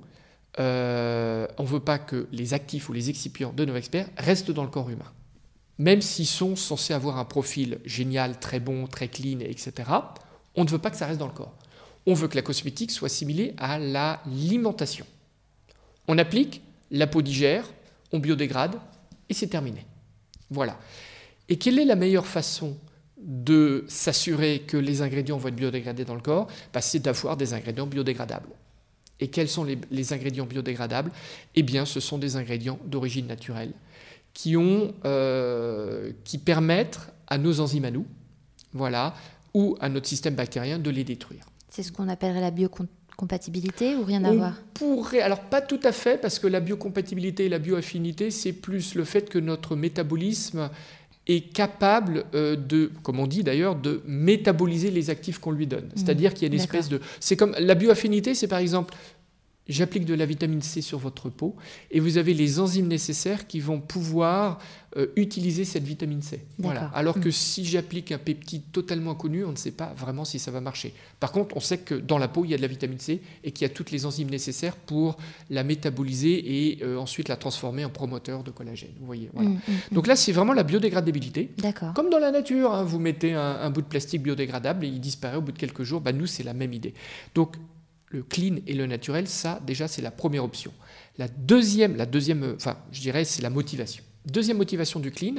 euh, on ne veut pas que les actifs ou les excipients de Novexpert restent dans le corps humain. Même s'ils sont censés avoir un profil génial, très bon, très clean, et cetera, on ne veut pas que ça reste dans le corps. On veut que la cosmétique soit assimilée à l'alimentation. On applique, la peau digère, on biodégrade, et c'est terminé. Voilà. Et quelle est la meilleure façon de s'assurer que les ingrédients vont être biodégradés dans le corps ? Bah, c'est d'avoir des ingrédients biodégradables. Et quels sont les, les ingrédients biodégradables ? Eh bien, ce sont des ingrédients d'origine naturelle qui, ont, euh, qui permettent à nos enzymes à nous, voilà, ou à notre système bactérien de les détruire. C'est ce qu'on appellerait la biocompatibilité ou rien à On voir ? pourrait, alors pas tout à fait, parce que la biocompatibilité et la bioaffinité, c'est plus le fait que notre métabolisme est capable euh, de, comme on dit d'ailleurs, de métaboliser les actifs qu'on lui donne. C'est-à-dire qu'il y a une espèce de... C'est comme la bioaffinité, c'est par exemple... J'applique de la vitamine C sur votre peau et vous avez les enzymes nécessaires qui vont pouvoir euh, utiliser cette vitamine C. Voilà. Alors que mmh. si j'applique un peptide totalement inconnu, on ne sait pas vraiment si ça va marcher. Par contre, on sait que dans la peau, il y a de la vitamine C et qu'il y a toutes les enzymes nécessaires pour la métaboliser et euh, ensuite la transformer en promoteur de collagène. Vous voyez, voilà. Mmh, mmh, Donc là, c'est vraiment la biodégradabilité. D'accord. Comme dans la nature, hein, vous mettez un, un bout de plastique biodégradable et il disparaît au bout de quelques jours. Bah, nous, c'est la même idée. Donc, le clean et le naturel, ça, déjà, c'est la première option. La deuxième, la deuxième, enfin, je dirais, c'est la motivation. Deuxième motivation du clean,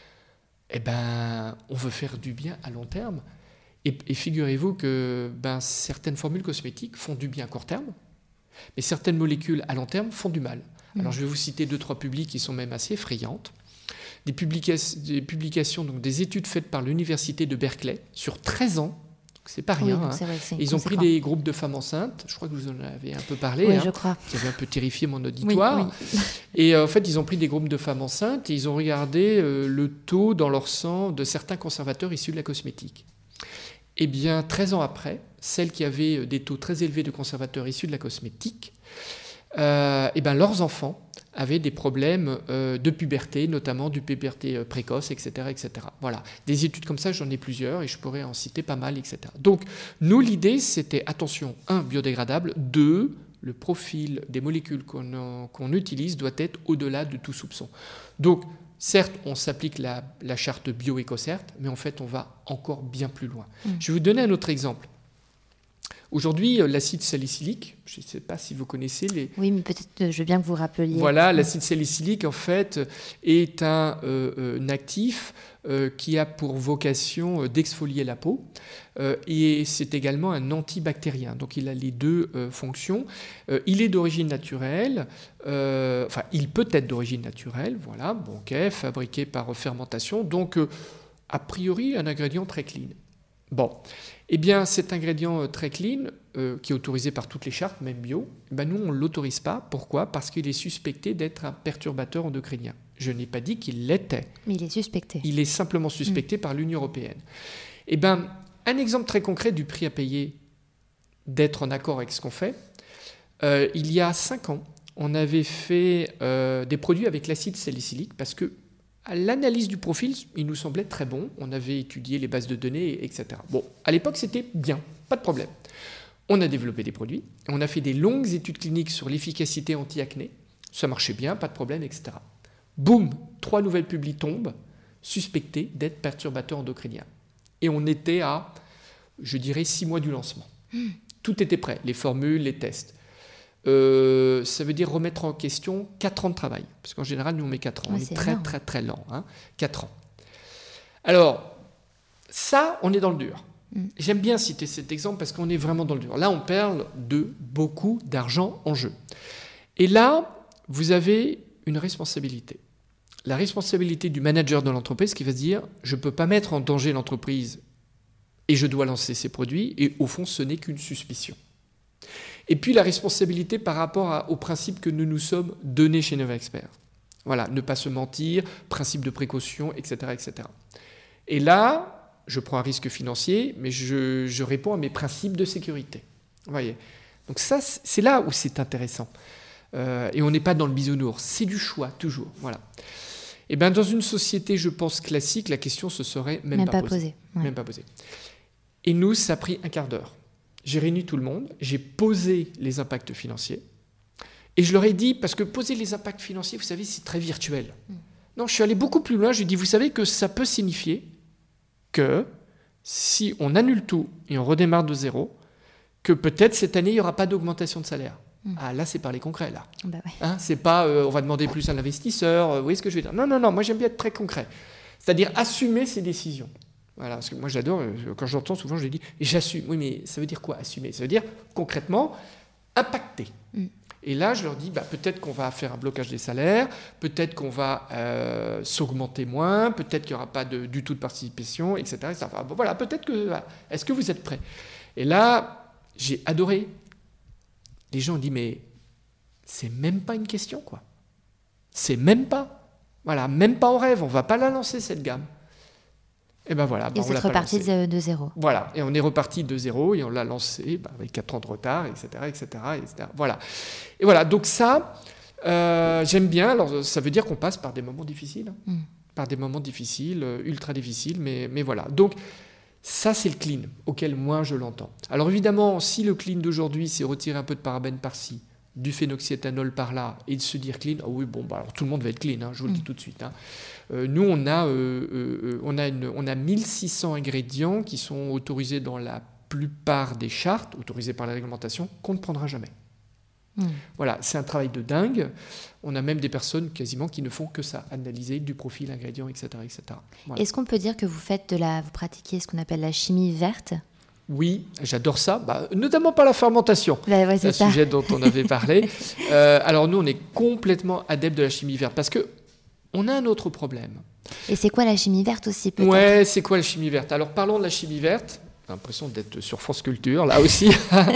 eh ben, on veut faire du bien à long terme. Et, et figurez-vous que ben, certaines formules cosmétiques font du bien à court terme, mais certaines molécules à long terme font du mal. Mmh. Alors, je vais vous citer deux, trois publics qui sont même assez effrayantes. Des, publica- des publications, donc des études faites par l'université de Berkeley sur treize ans. C'est pas rien. Oui, c'est vrai, c'est Ils ont pris des groupes de femmes enceintes, je crois que vous en avez un peu parlé, oui, hein, je crois. Qui avait un peu terrifié mon auditoire. Oui, oui. Et euh, en fait, ils ont pris des groupes de femmes enceintes et ils ont regardé euh, le taux dans leur sang de certains conservateurs issus de la cosmétique. Eh bien, treize ans après, celles qui avaient des taux très élevés de conservateurs issus de la cosmétique, euh, eh ben, leurs enfants avaient des problèmes euh, de puberté, notamment du puberté précoce, et cetera, et cetera. Voilà. Des études comme ça, j'en ai plusieurs et je pourrais en citer pas mal, et cetera. Donc, nous, l'idée, c'était, attention, un, biodégradable, deux, le profil des molécules qu'on, en, qu'on utilise doit être au-delà de tout soupçon. Donc, certes, on s'applique la, la charte bio-éco-cert, mais en fait, on va encore bien plus loin. Mmh. Je vais vous donner un autre exemple. Aujourd'hui, l'acide salicylique, je ne sais pas si vous connaissez les... Oui, mais peut-être, je veux bien que vous rappeliez. Voilà, l'acide salicylique, en fait, est un, euh, un actif euh, qui a pour vocation d'exfolier la peau. Euh, et c'est également un antibactérien. Donc, il a les deux euh, fonctions. Euh, il est d'origine naturelle. Euh, enfin, il peut être d'origine naturelle, voilà, banquet, fabriqué par fermentation. Donc, euh, a priori, un ingrédient très clean. Bon, eh bien, cet ingrédient euh, très clean, euh, qui est autorisé par toutes les chartes, même bio, ben nous, on ne l'autorise pas. Pourquoi ? Parce qu'il est suspecté d'être un perturbateur endocrinien. Je n'ai pas dit qu'il l'était. Mais il est suspecté. Il est simplement suspecté mmh. par l'Union européenne. Eh bien, un exemple très concret du prix à payer d'être en accord avec ce qu'on fait. Euh, il y a cinq ans, on avait fait euh, des produits avec l'acide salicylique parce que à l'analyse du profil, il nous semblait très bon. On avait étudié les bases de données, et cetera. Bon, à l'époque, c'était bien, pas de problème. On a développé des produits, on a fait des longues études cliniques sur l'efficacité anti-acné. Ça marchait bien, pas de problème, et cetera. Boum, trois nouvelles publis tombent suspectés d'être perturbateurs endocriniens. Et on était à, je dirais, six mois du lancement. Mmh. Tout était prêt, les formules, les tests. Euh, ça veut dire remettre en question quatre ans de travail. Parce qu'en général, nous, on met quatre ans. Ouais, on est, est très, énorme. très, très lent. Hein, quatre ans. Alors, ça, on est dans le dur. Mmh. J'aime bien citer cet exemple parce qu'on est vraiment dans le dur. Là, on parle de beaucoup d'argent en jeu. Et là, vous avez une responsabilité. La responsabilité du manager de l'entreprise qui va se dire « je ne peux pas mettre en danger l'entreprise et je dois lancer ces produits » et au fond, ce n'est qu'une suspicion. Et puis la responsabilité par rapport à, aux principes que nous nous sommes donnés chez Novexpert. Voilà, ne pas se mentir, principe de précaution, et cetera, et cetera. Et là, je prends un risque financier, mais je, je réponds à mes principes de sécurité. Vous voyez ? Donc ça, c'est là où c'est intéressant. Euh, et on n'est pas dans le bisounours, c'est du choix, toujours. Voilà. Et bien, dans une société, je pense, classique, la question se serait même, même pas, pas posée. posée. Ouais. Même pas posée. Et nous, ça a pris un quart d'heure. J'ai réuni tout le monde, j'ai posé les impacts financiers, et je leur ai dit, parce que poser les impacts financiers, vous savez, c'est très virtuel. Mm. Non, je suis allé beaucoup plus loin, je lui ai dit, vous savez que ça peut signifier que si on annule tout et on redémarre de zéro, que peut-être cette année, il n'y aura pas d'augmentation de salaire. Ah, là, c'est parler concret, là. Bah ouais. Hein, c'est pas, euh, on va demander plus à l'investisseur, euh, vous voyez ce que je veux dire ? Non, non, non, moi, j'aime bien être très concret. C'est-à-dire assumer ses décisions. Voilà, parce que moi, j'adore, euh, quand j'entends souvent, je dis, j'assume. Oui, mais ça veut dire quoi, assumer ? Ça veut dire, concrètement, impacter. Mm. Et là, je leur dis, bah, peut-être qu'on va faire un blocage des salaires, peut-être qu'on va euh, s'augmenter moins, peut-être qu'il n'y aura pas de, du tout de participation, et cetera et cetera. Enfin, bon, voilà, peut-être que... Voilà. Est-ce que vous êtes prêts ? Et là, j'ai adoré. Les gens ont dit, mais c'est même pas une question, quoi. C'est même pas. Voilà, même pas en rêve, on va pas la lancer, cette gamme. Et ben voilà. Et bah, vous êtes reparti de, de zéro. Voilà, et on est reparti de zéro, et on l'a lancé bah, avec quatre ans de retard, et cetera, et cetera, et cetera. Voilà. Et voilà, donc ça, euh, j'aime bien. Alors, ça veut dire qu'on passe par des moments difficiles. Mm. Par des moments difficiles, ultra difficiles, mais, mais voilà. Donc, ça, c'est le clean, auquel moi, je l'entends. Alors évidemment, si le clean d'aujourd'hui, c'est retirer un peu de parabènes par-ci, du phénoxyéthanol par-là, et de se dire clean, oh oui, bon, bah, alors tout le monde va être clean, hein, je vous le dis tout de suite. Hein. Euh, nous, on a, euh, euh, on, a une, on a mille six cents ingrédients qui sont autorisés dans la plupart des chartes, autorisés par la réglementation, qu'on ne prendra jamais. Mmh. Voilà, c'est un travail de dingue. On a même des personnes quasiment qui ne font que ça, analyser du profil, ingrédients, et cetera, et cetera. Voilà. Est-ce qu'on peut dire que vous faites de la, vous pratiquez ce qu'on appelle la chimie verte ? Oui, j'adore ça, bah, notamment par la fermentation, bah ouais, c'est un ça. Sujet dont on avait parlé. euh, alors nous, on est complètement adeptes de la chimie verte parce que on a un autre problème. Et c'est quoi la chimie verte aussi, peut-être ? Ouais, c'est quoi la chimie verte ? Alors parlons de la chimie verte. J'ai l'impression d'être sur France Culture, là aussi.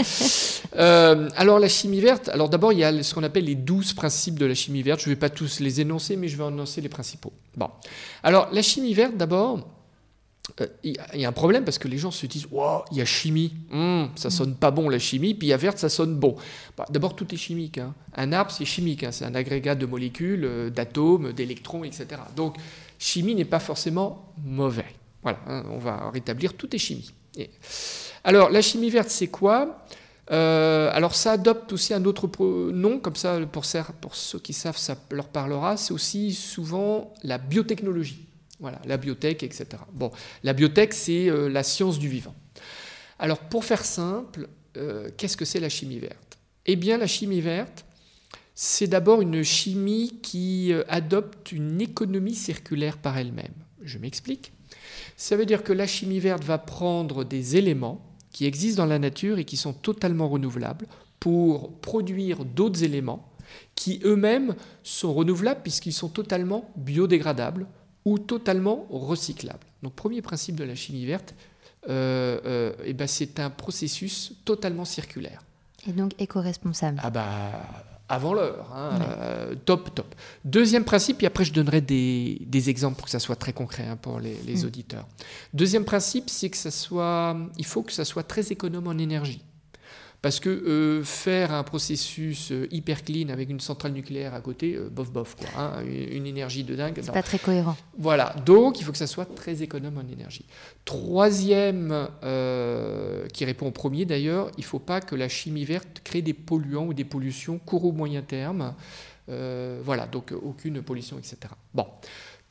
euh, alors, la chimie verte, alors d'abord, il y a ce qu'on appelle les douze principes de la chimie verte. Je ne vais pas tous les énoncer, mais je vais énoncer les principaux. Bon. Alors, la chimie verte, d'abord, euh, il y a un problème parce que les gens se disent « Wow, il y a chimie, mmh, ça sonne pas bon la chimie, puis il y a verte, ça sonne bon. Bah, » D'abord, tout est chimique. Hein. Un arbre, c'est chimique. Hein. C'est un agrégat de molécules, euh, d'atomes, d'électrons, et cetera. Donc, chimie n'est pas forcément mauvais. Voilà, hein, on va rétablir, tout est chimie. Et alors, la chimie verte, c'est quoi ? euh, Alors, ça adopte aussi un autre nom, comme ça, pour, pour ceux qui savent, ça leur parlera. C'est aussi souvent la biotechnologie. Voilà, la biotech, et cetera. Bon, la biotech, c'est euh, la science du vivant. Alors, pour faire simple, euh, qu'est-ce que c'est la chimie verte ? Eh bien, la chimie verte, c'est d'abord une chimie qui euh, adopte une économie circulaire par elle-même. Je m'explique. Ça veut dire que la chimie verte va prendre des éléments qui existent dans la nature et qui sont totalement renouvelables pour produire d'autres éléments qui eux-mêmes sont renouvelables puisqu'ils sont totalement biodégradables ou totalement recyclables. Donc, premier principe de la chimie verte, euh, euh, eh ben, c'est un processus totalement circulaire. Et donc éco-responsable. Ah bah... avant l'heure, hein, ouais. euh, top, top. Deuxième principe, et après je donnerai des, des exemples pour que ça soit très concret hein, pour les, les mmh. auditeurs. Deuxième principe, c'est que ça soit, il faut que ça soit très économe en énergie. Parce que euh, faire un processus euh, hyper clean avec une centrale nucléaire à côté, euh, bof, bof, quoi, hein, une, une énergie de dingue. C'est non. pas très cohérent. Voilà, donc il faut que ça soit très économe en énergie. Troisième, euh, qui répond au premier d'ailleurs, il ne faut pas que la chimie verte crée des polluants ou des pollutions court ou moyen terme. Euh, voilà, donc aucune pollution, et cetera. Bon.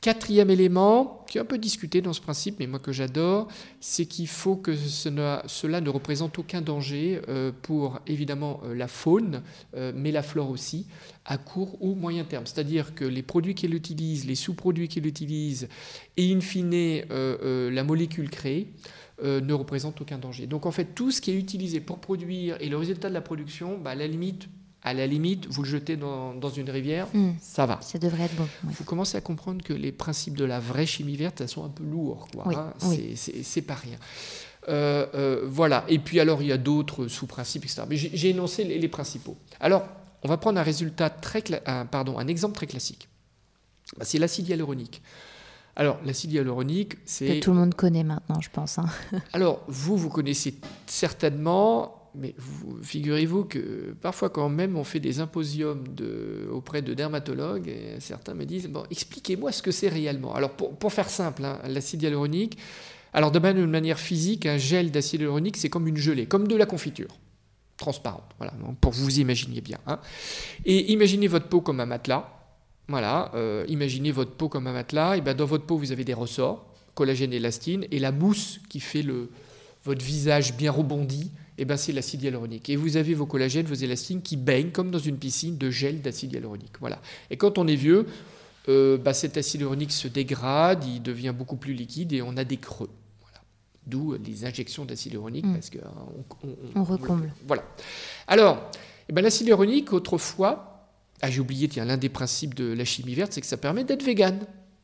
Quatrième élément, qui est un peu discuté dans ce principe, mais moi que j'adore, c'est qu'il faut que cela, cela ne représente aucun danger euh, pour, évidemment, euh, la faune, euh, mais la flore aussi, à court ou moyen terme. C'est-à-dire que les produits qu'elle utilise, les sous-produits qu'elle utilise, et in fine, euh, euh, la molécule créée, euh, ne représentent aucun danger. Donc, en fait, tout ce qui est utilisé pour produire et le résultat de la production, bah, à la limite... À la limite, vous le jetez dans, dans une rivière, mmh. ça va. Ça devrait être bon. Oui. Vous commencez à comprendre que les principes de la vraie chimie verte, elles sont un peu lourds. Quoi, oui, hein. oui. c'est, c'est, c'est pas rien. Euh, euh, voilà. Et puis alors, il y a d'autres sous-principes, et cetera. Mais j'ai, j'ai énoncé les, les principaux. Alors, on va prendre un résultat très, cla- un, pardon, un exemple très classique. Bah, c'est l'acide hyaluronique. Alors, l'acide hyaluronique, c'est... Que tout le monde connaît maintenant, je pense. Hein. Alors, vous, vous connaissez certainement... Mais vous, figurez-vous que parfois, quand même, on fait des imposiums de, auprès de dermatologues, et certains me disent bon, expliquez-moi ce que c'est réellement. Alors, pour, pour faire simple, hein, l'acide hyaluronique, alors de même, de manière physique, un gel d'acide hyaluronique, c'est comme une gelée, comme de la confiture, transparente. Voilà, donc pour que vous vous imaginiez bien. Hein. Et imaginez votre peau comme un matelas. Voilà, euh, imaginez votre peau comme un matelas. Et ben, dans votre peau, vous avez des ressorts, collagène et élastine, et la mousse qui fait le, votre visage bien rebondi. Eh ben, c'est l'acide hyaluronique. Et vous avez vos collagènes, vos élastines qui baignent comme dans une piscine de gel d'acide hyaluronique. Voilà. Et quand on est vieux, euh, bah, cet acide hyaluronique se dégrade, il devient beaucoup plus liquide et on a des creux. Voilà. D'où les injections d'acide hyaluronique mmh. parce qu'on on, on, on recomble. On, voilà. Alors, eh ben, l'acide hyaluronique, autrefois, ah, j'ai oublié, tiens, l'un des principes de la chimie verte, c'est que ça permet d'être vegan.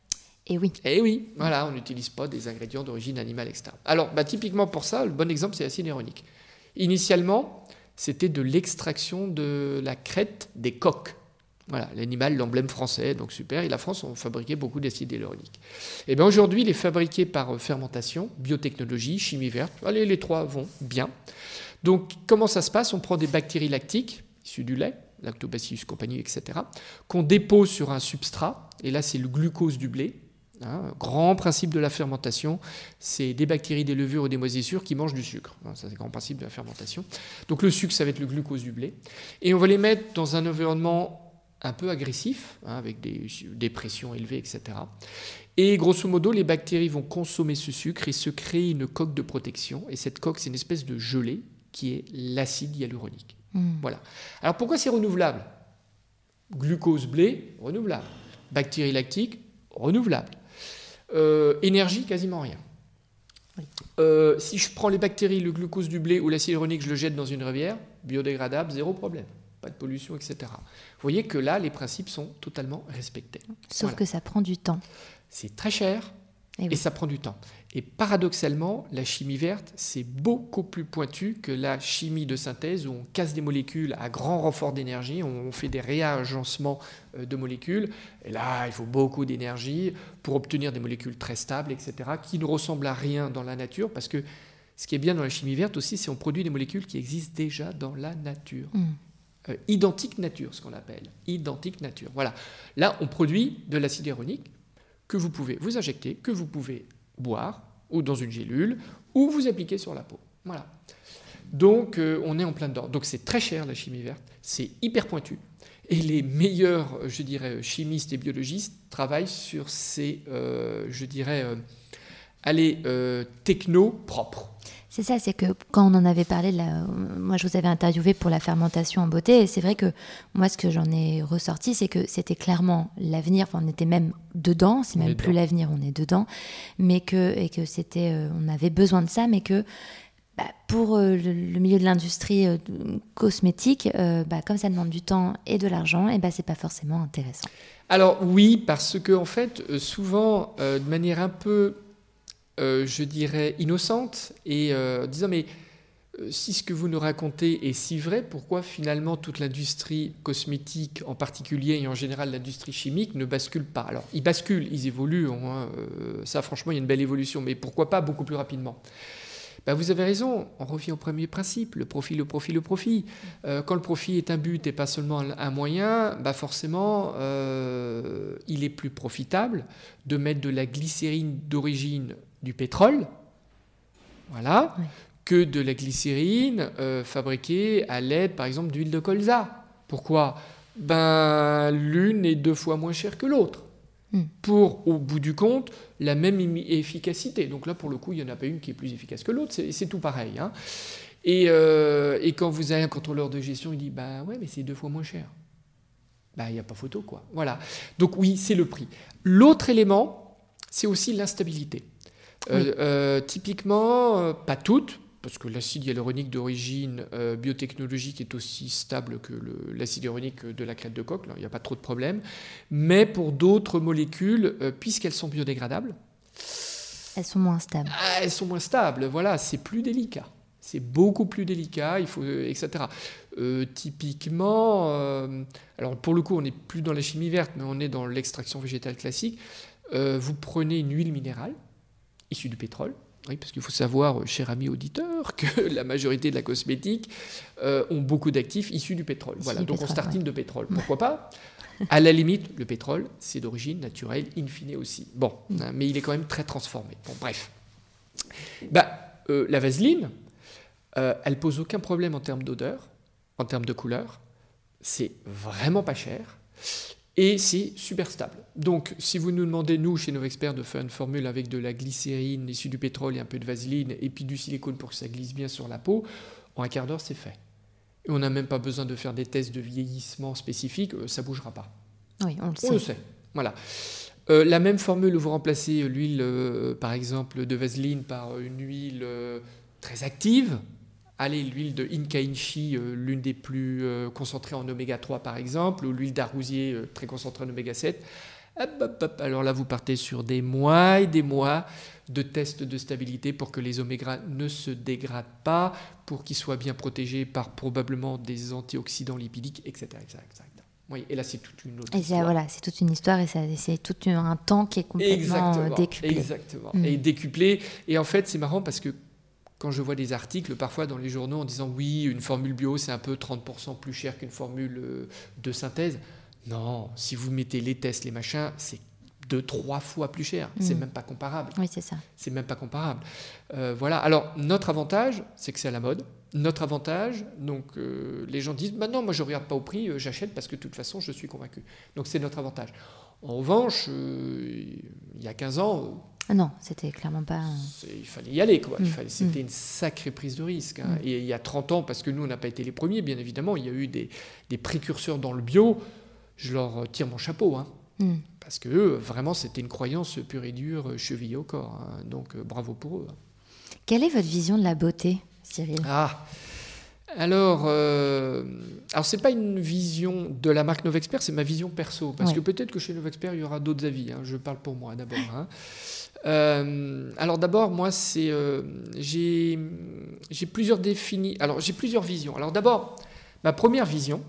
Et oui. Et oui, voilà, on n'utilise pas des ingrédients d'origine animale, et cetera. Alors, bah, typiquement pour ça, le bon exemple, c'est l'acide hyaluronique. Initialement, c'était de l'extraction de la crête des coqs. Voilà, l'animal, l'emblème français, donc super. Et la France, on fabriquait beaucoup d'acide hyaluronique. Et bien aujourd'hui, il est fabriqué par fermentation, biotechnologie, chimie verte. Allez, les trois vont bien. Donc, comment ça se passe ? On prend des bactéries lactiques, issues du lait, Lactobacillus compagnie, et cetera, qu'on dépose sur un substrat. Et là, c'est le glucose du blé. Hein, grand principe de la fermentation, c'est des bactéries, des levures ou des moisissures qui mangent du sucre. Hein, ça, c'est le grand principe de la fermentation. Donc le sucre, ça va être le glucose du blé. Et on va les mettre dans un environnement un peu agressif, hein, avec des, des pressions élevées, et cetera. Et grosso modo, les bactéries vont consommer ce sucre et se créer une coque de protection. Et cette coque, c'est une espèce de gelée qui est l'acide hyaluronique. Mmh. Voilà. Alors pourquoi c'est renouvelable ? Glucose blé, renouvelable. Bactéries lactiques, renouvelable. Euh, énergie, quasiment rien. Oui. Euh, si je prends les bactéries, le glucose du blé ou l'acide hyaluronique, je le jette dans une rivière, biodégradable, zéro problème. Pas de pollution, et cetera. Vous voyez que là, les principes sont totalement respectés. Sauf voilà. que ça prend du temps. C'est très cher et, oui. et ça prend du temps. Et paradoxalement, la chimie verte, c'est beaucoup plus pointu que la chimie de synthèse où on casse des molécules à grand renfort d'énergie, on fait des réagencements de molécules. Et là, il faut beaucoup d'énergie pour obtenir des molécules très stables, et cetera, qui ne ressemblent à rien dans la nature. Parce que ce qui est bien dans la chimie verte aussi, c'est qu'on produit des molécules qui existent déjà dans la nature. Mmh. Euh, identique nature, ce qu'on appelle. Identique nature. Voilà. Là, on produit de l'acide hyaluronique que vous pouvez vous injecter, que vous pouvez boire, ou dans une gélule, ou vous appliquer sur la peau. Voilà. Donc, euh, on est en plein dedans. Donc, c'est très cher, la chimie verte. C'est hyper pointu. Et les meilleurs, je dirais, chimistes et biologistes travaillent sur ces, euh, je dirais, euh, allez, euh, techno propres. C'est ça, c'est que quand on en avait parlé, la... moi je vous avais interviewé pour la fermentation en beauté, et c'est vrai que moi ce que j'en ai ressorti, c'est que c'était clairement l'avenir, enfin on était même dedans, c'est même plus l'avenir, on est dedans, mais que, et que c'était, euh, on avait besoin de ça, mais que bah, pour euh, le, le milieu de l'industrie euh, cosmétique, euh, bah, comme ça demande du temps et de l'argent, et bah, c'est pas forcément intéressant. Alors oui, parce que en fait, souvent, euh, de manière un peu... Euh, je dirais, innocente, et euh, disant, mais euh, si ce que vous nous racontez est si vrai, pourquoi finalement toute l'industrie cosmétique en particulier, et en général l'industrie chimique, ne bascule pas ? Alors, ils basculent, ils évoluent, hein, euh, ça franchement, il y a une belle évolution, mais pourquoi pas beaucoup plus rapidement ? Ben, vous avez raison, on revient au premier principe, le profit, le profit, le profit. Euh, quand le profit est un but et pas seulement un moyen, ben forcément, euh, il est plus profitable de mettre de la glycérine d'origine du pétrole, voilà, oui. que de la glycérine euh, fabriquée à l'aide, par exemple, d'huile de colza. Pourquoi ? Ben, l'une est deux fois moins chère que l'autre. mmh. pour, au bout du compte, la même efficacité. Donc là, pour le coup, il n'y en a pas une qui est plus efficace que l'autre, c'est, c'est tout pareil. Hein. Et, euh, et quand vous avez un contrôleur de gestion, il dit bah ouais, mais c'est deux fois moins cher. Bah il n'y a pas photo, quoi. Voilà. Donc oui, c'est le prix. L'autre élément, c'est aussi l'instabilité. Oui. Euh, euh, typiquement, euh, pas toutes, parce que l'acide hyaluronique d'origine euh, biotechnologique est aussi stable que le, l'acide hyaluronique de la crête de coq, il n'y a pas trop de problème, mais pour d'autres molécules, euh, puisqu'elles sont biodégradables, elles sont moins stables. Ah, elles sont moins stables, voilà, c'est plus délicat. C'est beaucoup plus délicat, il faut, et cetera. Euh, typiquement, euh, alors pour le coup, on n'est plus dans la chimie verte, mais on est dans l'extraction végétale classique. Euh, vous prenez une huile minérale issue du pétrole. Oui, parce qu'il faut savoir, cher ami auditeur, que la majorité de la cosmétique euh, ont beaucoup d'actifs issus du pétrole. Issu voilà, donc pétrole, on se tartine ouais. de pétrole. Pourquoi pas ? À la limite, le pétrole, c'est d'origine naturelle, in fine aussi. Bon, mm. hein, mais il est quand même très transformé. Bon, bref. Bah, euh, la vaseline, euh, elle pose aucun problème en termes d'odeur, en termes de couleur. C'est vraiment pas cher. Et c'est super stable. Donc, si vous nous demandez, nous, chez Novexpert, de faire une formule avec de la glycérine issue du pétrole et un peu de vaseline, et puis du silicone pour que ça glisse bien sur la peau, en un quart d'heure, c'est fait. Et on n'a même pas besoin de faire des tests de vieillissement spécifiques, ça ne bougera pas. Oui, on le on sait. On le sait, voilà. Euh, la même formule où vous remplacez l'huile, euh, par exemple, de vaseline par une huile euh, très active. Allez, l'huile de Inca Inchi, euh, l'une des plus euh, concentrées en oméga trois par exemple, ou l'huile d'argousier euh, très concentrée en oméga sept. Hop, hop, hop. Alors là, vous partez sur des mois et des mois de tests de stabilité pour que les oméga ne se dégradent pas, pour qu'ils soient bien protégés par probablement des antioxydants lipidiques, et cetera, et cetera, et cetera. Oui, et là, c'est toute une autre et histoire. Voilà, c'est toute une histoire et ça, c'est tout un temps qui est complètement exactement, décuplé. Exactement, mmh. et décuplé. Et en fait, c'est marrant parce que quand je vois des articles parfois dans les journaux en disant oui, une formule bio, c'est un peu trente pour cent plus cher qu'une formule de synthèse. Non, si vous mettez les tests, les machins, c'est deux, trois fois plus cher. Mmh. C'est même pas comparable. Oui, c'est ça. C'est même pas comparable. Euh, voilà. Alors, notre avantage, c'est que c'est à la mode. Notre avantage, donc, euh, les gens disent, bah non, moi je regarde pas au prix, euh, j'achète parce que de toute façon, je suis convaincu. Donc, c'est notre avantage. En revanche, euh, il y a quinze ans... Ah non, c'était clairement pas... Il fallait y aller, quoi. Il mmh. fallait, c'était mmh. une sacrée prise de risque. Hein. Mmh. Et il y a trente ans, parce que nous, on n'a pas été les premiers, bien évidemment, il y a eu des, des précurseurs dans le bio. Je leur tire mon chapeau, hein. Mmh. Parce que eux, vraiment, c'était une croyance pure et dure, chevillée au corps. Hein. Donc, euh, bravo pour eux. Quelle est votre vision de la beauté, Cyril ? Ah, alors, euh, alors c'est pas une vision de la marque Novexpert, c'est ma vision perso. Parce ouais. que peut-être que chez Novexpert, il y aura d'autres avis. Hein. Je parle pour moi, d'abord. Hein. Euh, alors d'abord, moi, c'est, euh, j'ai, j'ai plusieurs définis. Alors, j'ai plusieurs visions. Alors d'abord, ma première vision,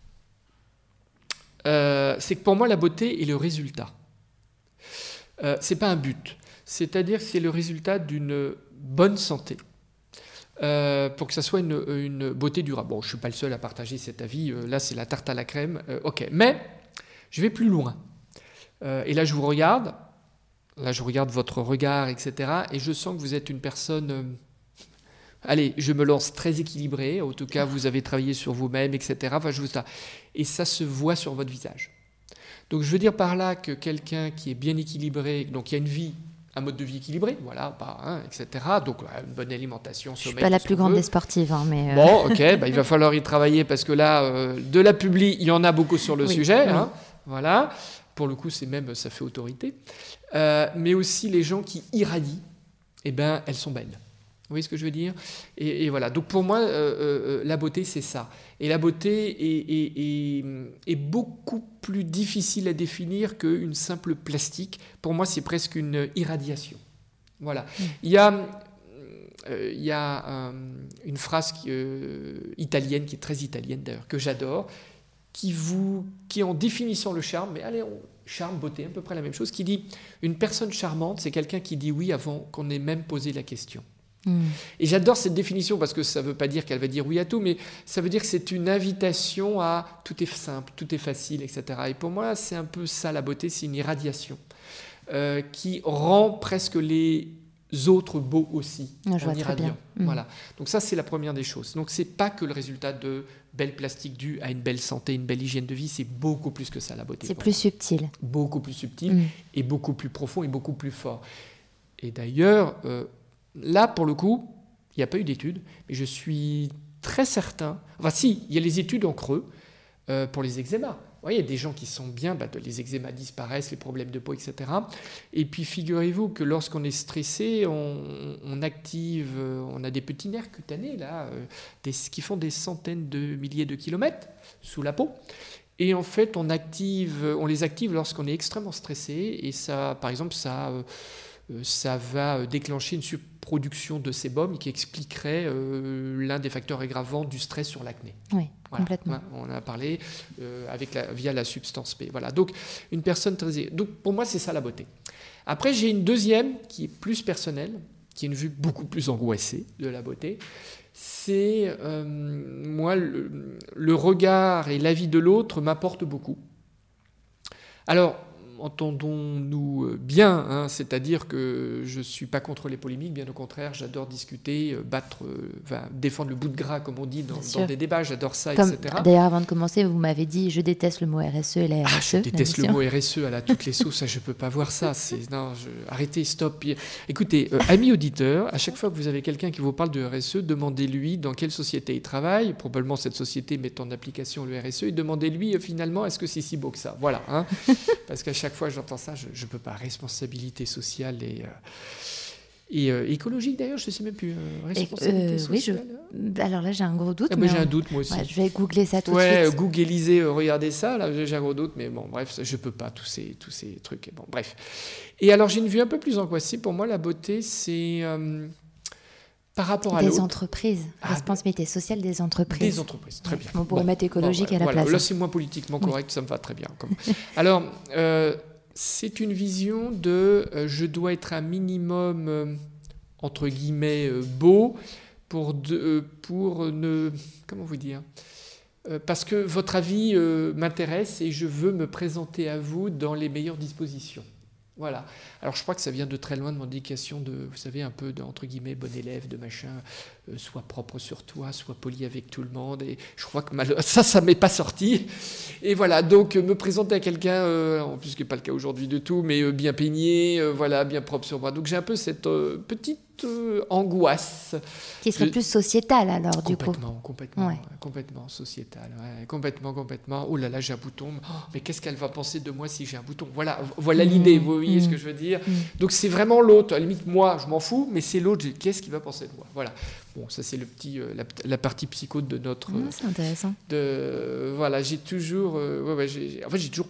euh, c'est que pour moi, la beauté est le résultat. Euh, c'est pas un but. C'est-à-dire que c'est le résultat d'une bonne santé. Euh, pour que ça soit une, une beauté durable. Bon, je ne suis pas le seul à partager cet avis. Euh, là, c'est la tarte à la crème. Euh, ok, mais je vais plus loin. Euh, et là, je vous regarde. Là, je regarde votre regard, et cetera. Et je sens que vous êtes une personne... Euh, allez, je me lance très équilibrée. En tout cas, vous avez travaillé sur vous-même, et cetera. Enfin, je vous ça. Et ça se voit sur votre visage. Donc, je veux dire par là que quelqu'un qui est bien équilibré, donc il y a une vie... un mode de vie équilibré, voilà, bah, hein, et cetera. Donc, une bonne alimentation, sommeil. Je ne suis pas la plus grande des sportives, hein, mais... Euh... Bon, ok, bah, il va falloir y travailler parce que là, euh, de la publi, il y en a beaucoup sur le oui, sujet. Oui. Hein, voilà. Pour le coup, c'est même, ça fait autorité. Euh, mais aussi les gens qui irradient, eh ben, elles sont belles. Vous voyez ce que je veux dire ? et, et voilà. Donc, pour moi, euh, euh, la beauté, c'est ça. Et la beauté est, est, est, est beaucoup plus difficile à définir qu'une simple plastique. Pour moi, c'est presque une irradiation. Voilà. Mmh. Il y a, euh, il y a euh, une phrase qui, euh, italienne, qui est très italienne d'ailleurs, que j'adore, qui, vous, qui en définissant le charme, mais allez, on, charme, beauté, à peu près la même chose, qui dit « Une personne charmante, c'est quelqu'un qui dit oui avant qu'on ait même posé la question ». Mmh. Et j'adore cette définition parce que ça ne veut pas dire qu'elle va dire oui à tout, mais ça veut dire que c'est une invitation à tout est simple, tout est facile, et cetera. Et pour moi, c'est un peu ça la beauté, c'est une irradiation euh, qui rend presque les autres beaux aussi je en vois irradiant. Mmh. Voilà. Donc ça, c'est la première des choses. Donc c'est pas que le résultat de belle plastique due à une belle santé, une belle hygiène de vie. C'est beaucoup plus que ça, la beauté. C'est plus moi. subtil. Beaucoup plus subtil mmh. et beaucoup plus profond et beaucoup plus fort. Et d'ailleurs, euh, là, pour le coup, il n'y a pas eu d'études, mais je suis très certain... Enfin, si, il y a les études en creux euh, pour les eczémas. Vous voyez, il y a des gens qui sont bien, bah, les eczémas disparaissent, les problèmes de peau, et cetera. Et puis, figurez-vous que lorsqu'on est stressé, on, on active... On a des petits nerfs cutanés, là, euh, des, qui font des centaines de milliers de kilomètres sous la peau. Et en fait, on, active, on les active lorsqu'on est extrêmement stressé. Et ça, par exemple, ça... Euh, ça va déclencher une surproduction de sébum qui expliquerait euh, l'un des facteurs aggravants du stress sur l'acné. Oui, voilà. Complètement. On en a parlé euh, avec la, via la substance P. Voilà. Donc, une personne très... Donc, pour moi, c'est ça la beauté. Après, j'ai une deuxième qui est plus personnelle, qui est une vue beaucoup plus angoissée de la beauté. C'est, euh, moi, le, le regard et l'avis de l'autre m'apportent beaucoup. Alors, entendons-nous bien, hein, c'est-à-dire que je ne suis pas contre les polémiques, bien au contraire, j'adore discuter, battre, euh, enfin, défendre le bout de gras, comme on dit, dans, dans des débats, j'adore ça, comme, et cetera. D'ailleurs, avant de commencer, vous m'avez dit « je déteste le mot R S E et la R S E ». Ah, je déteste le mot R S E à la toutes les sauces, ça, je ne peux pas voir ça. C'est, non, je, arrêtez, stop. Écoutez, euh, amis auditeurs, à chaque fois que vous avez quelqu'un qui vous parle de R S E, demandez-lui dans quelle société il travaille, probablement cette société met en application le R S E, et demandez-lui euh, finalement, est-ce que c'est si beau que ça ? Voilà, hein, parce qu'à chaque fois que j'entends ça, je ne peux pas. Responsabilité sociale et, euh, et euh, écologique, d'ailleurs, je ne sais même plus. Euh, responsabilité euh, sociale. Oui, je... Alors là, j'ai un gros doute. Ah, mais j'ai on... un doute, moi aussi. Ouais, je vais googler ça tout ouais, de suite. Ouais, Google-lisez, euh, regardez ça. Là, j'ai un gros doute, mais bon, bref, je ne peux pas, tous ces, tous ces trucs. Bon, bref. Et alors, j'ai une vue un peu plus angoissée. Pour moi, la beauté, c'est... Euh, par rapport à des l'autre. entreprises, ah, responsabilité sociale des entreprises. Des entreprises, très bien. On pourrait bon, mettre écologique bon, voilà, à la voilà. place. Là, c'est moins politiquement correct, oui. Ça me va très bien. Comme... Alors, euh, c'est une vision de euh, je dois être un minimum, euh, entre guillemets, euh, beau pour, de, euh, pour ne... Comment vous dire euh, parce que votre avis euh, m'intéresse et je veux me présenter à vous dans les meilleures dispositions. Voilà. Alors, je crois que ça vient de très loin de mon éducation de, vous savez, un peu de, entre guillemets, bon élève, de machin, euh, sois propre sur toi, sois poli avec tout le monde. Et je crois que mal... ça, ça ne m'est pas sorti. Et voilà, donc, euh, me présenter à quelqu'un, euh, en plus, ce qui n'est pas le cas aujourd'hui du tout, mais euh, bien peigné, euh, voilà, bien propre sur moi. Donc, j'ai un peu cette euh, petite euh, angoisse. Qui serait je... plus sociétale, alors, du coup. Complètement, complètement, ouais. complètement sociétale. Ouais, complètement, complètement. Oh là là, j'ai un bouton. Oh, mais qu'est-ce qu'elle va penser de moi si j'ai un bouton ? Voilà, voilà mmh. l'idée, vous voyez mmh. ce que je veux dire ? mmh. Donc, c'est vraiment l'autre. À la limite, moi, je m'en fous, mais c'est l'autre. Qu'est-ce qu'il va penser de moi ? Voilà. Bon, ça, c'est le petit, euh, la, la partie psycho de notre... Mmh, c'est intéressant. De, euh, voilà, j'ai toujours... Euh, ouais, ouais, j'ai, en fait, j'ai toujours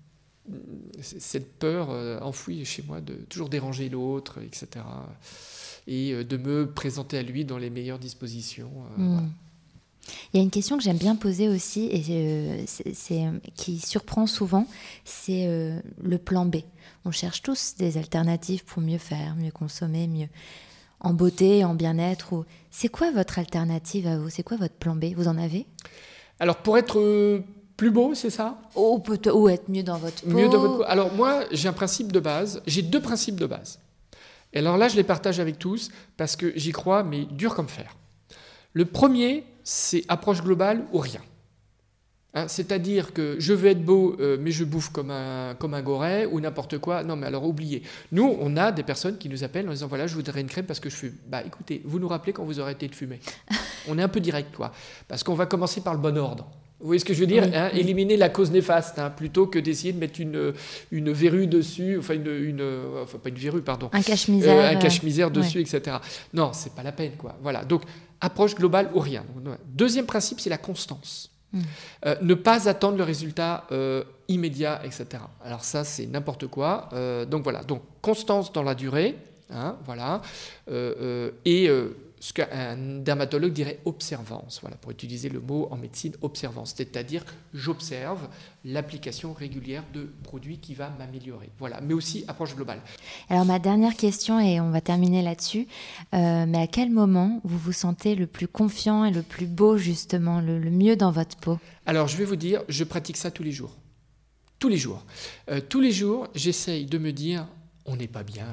cette peur euh, enfouie chez moi de toujours déranger l'autre, et cetera. Et euh, de me présenter à lui dans les meilleures dispositions. Euh, mmh. voilà. Il y a une question que j'aime bien poser aussi, et euh, c'est, c'est, qui surprend souvent, c'est euh, le plan B. On cherche tous des alternatives pour mieux faire, mieux consommer, mieux en beauté, en bien-être. Ou... C'est quoi votre alternative à vous ? C'est quoi votre plan B ? Vous en avez ? Alors, pour être euh, plus beau, c'est ça ? Ou, peut- ou être mieux dans votre peau. Mieux dans votre peau. Alors, moi, j'ai un principe de base. J'ai deux principes de base. Et alors là, je les partage avec tous parce que j'y crois, mais dur comme fer. Le premier, c'est approche globale ou rien. Hein, c'est-à-dire que je veux être beau, euh, mais je bouffe comme un, comme un goret ou n'importe quoi. Non, mais alors oubliez. Nous, on a des personnes qui nous appellent en disant voilà, je voudrais une crème parce que je fume. Bah écoutez, vous nous rappelez quand vous arrêtez de fumer. On est un peu direct, quoi. Parce qu'on va commencer par le bon ordre. Vous voyez ce que je veux dire ? Oui, hein, oui. Éliminer la cause néfaste, hein, plutôt que d'essayer de mettre une, une verrue dessus, enfin, une, une, enfin pas une verrue, pardon. Un cache-misère. Euh, un cache-misère dessus, ouais. et cetera. Non, c'est pas la peine, quoi. Voilà. Donc, approche globale ou rien. Deuxième principe, c'est la constance. Mmh. Euh, ne pas attendre le résultat euh, immédiat, et cetera. Alors ça, c'est n'importe quoi. Euh, donc voilà, donc constance dans la durée, hein, voilà, euh, euh, et euh, ce qu'un dermatologue dirait observance, voilà, pour utiliser le mot en médecine observance, c'est-à-dire j'observe l'application régulière de produits qui va m'améliorer, voilà, mais aussi approche globale. Alors ma dernière question, et on va terminer là-dessus, euh, mais à quel moment vous vous sentez le plus confiant et le plus beau justement, le, le mieux dans votre peau ? Alors je vais vous dire, je pratique ça tous les jours, tous les jours, euh, tous les jours, j'essaye de me dire, on n'est pas bien là.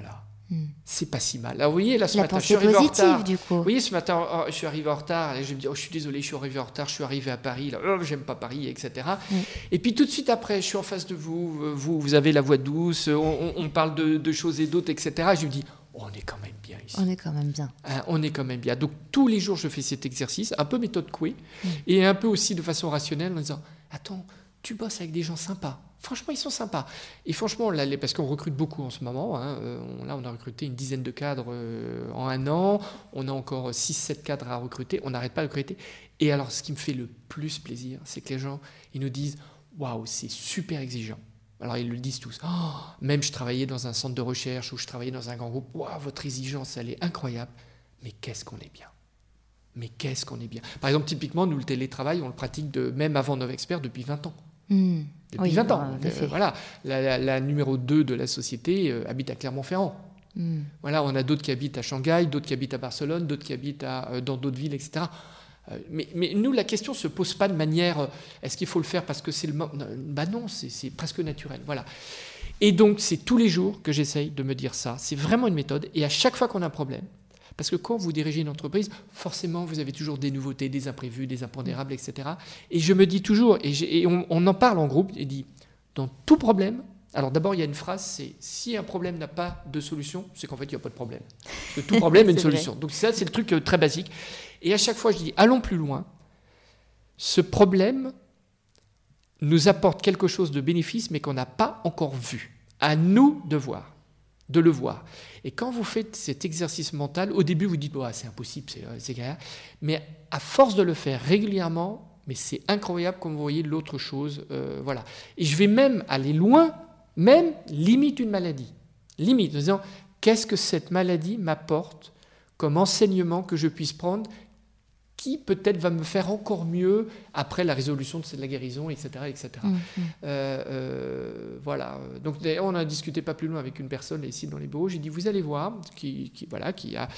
Mmh. C'est pas si mal. Alors, vous voyez, là, ce la matin, je pensée suis arrivé positive, en retard. du coup. Vous voyez, ce matin, oh, je suis arrivé en retard, et je me dis, oh, je suis désolé, je suis arrivé en retard, je suis arrivé à Paris, là, oh, j'aime pas Paris, et cetera. Mmh. Et puis, tout de suite après, je suis en face de vous, vous, vous avez la voix douce, on, on, on parle de, de choses et d'autres, et cetera. Et je me dis, oh, on est quand même bien ici. On est quand même bien. Hein, on est quand même bien. Donc, tous les jours, je fais cet exercice, un peu méthode Coué, mmh. et un peu aussi de façon rationnelle, en disant, attends, tu bosses avec des gens sympas. Franchement, ils sont sympas. Et franchement, là, parce qu'on recrute beaucoup en ce moment, hein, on, là, on a recruté une dizaine de cadres euh, en un an. On a encore six sept cadres à recruter. On n'arrête pas de recruter. Et alors, ce qui me fait le plus plaisir, c'est que les gens, ils nous disent « Waouh, c'est super exigeant ». Alors, ils le disent tous. Oh, même je travaillais dans un centre de recherche ou je travaillais dans un grand groupe. « Waouh, votre exigence, elle est incroyable. Mais qu'est-ce qu'on est bien ». Mais qu'est-ce qu'on est bien. Par exemple, typiquement, nous, le télétravail, on le pratique de, même avant Novexpert depuis vingt ans. Mmh. Depuis oui, vingt ans. Euh, voilà. La, la, la numéro deux de la société euh, habite à Clermont-Ferrand. Mmh. Voilà, on a d'autres qui habitent à Shanghai, d'autres qui habitent à Barcelone, d'autres qui habitent à, euh, dans d'autres villes, et cetera. Euh, mais, mais nous, la question ne se pose pas de manière euh, est-ce qu'il faut le faire parce que c'est le. Mo- bah non, c'est, c'est presque naturel. Voilà. Et donc, c'est tous les jours que j'essaye de me dire ça. C'est vraiment une méthode. Et à chaque fois qu'on a un problème, parce que quand vous dirigez une entreprise, forcément, vous avez toujours des nouveautés, des imprévus, des impondérables, et cetera. Et je me dis toujours, et, et on, on en parle en groupe, et dit, dans tout problème, alors d'abord, il y a une phrase, c'est « si un problème n'a pas de solution, c'est qu'en fait, il n'y a pas de problème. » Parce que tout problème a une solution. Vrai. Donc ça, c'est le truc très basique. Et à chaque fois, je dis « allons plus loin. Ce problème nous apporte quelque chose de bénéfice, mais qu'on n'a pas encore vu. À nous de voir. » de le voir. Et quand vous faites cet exercice mental, au début, vous dites oh, « c'est impossible, c'est, c'est galère ». Mais à force de le faire régulièrement, mais c'est incroyable comme vous voyez l'autre chose. Euh, voilà. Et je vais même aller loin, même limite une maladie. Limite, en disant « qu'est-ce que cette maladie m'apporte comme enseignement que je puisse prendre ?» qui peut-être va me faire encore mieux après la résolution de la guérison, et cetera, et cetera. Mmh, mmh. Euh, euh, voilà. Donc, on a discuté pas plus loin avec une personne ici dans les bureaux. J'ai dit, vous allez voir, qui, qui, voilà, qui, a,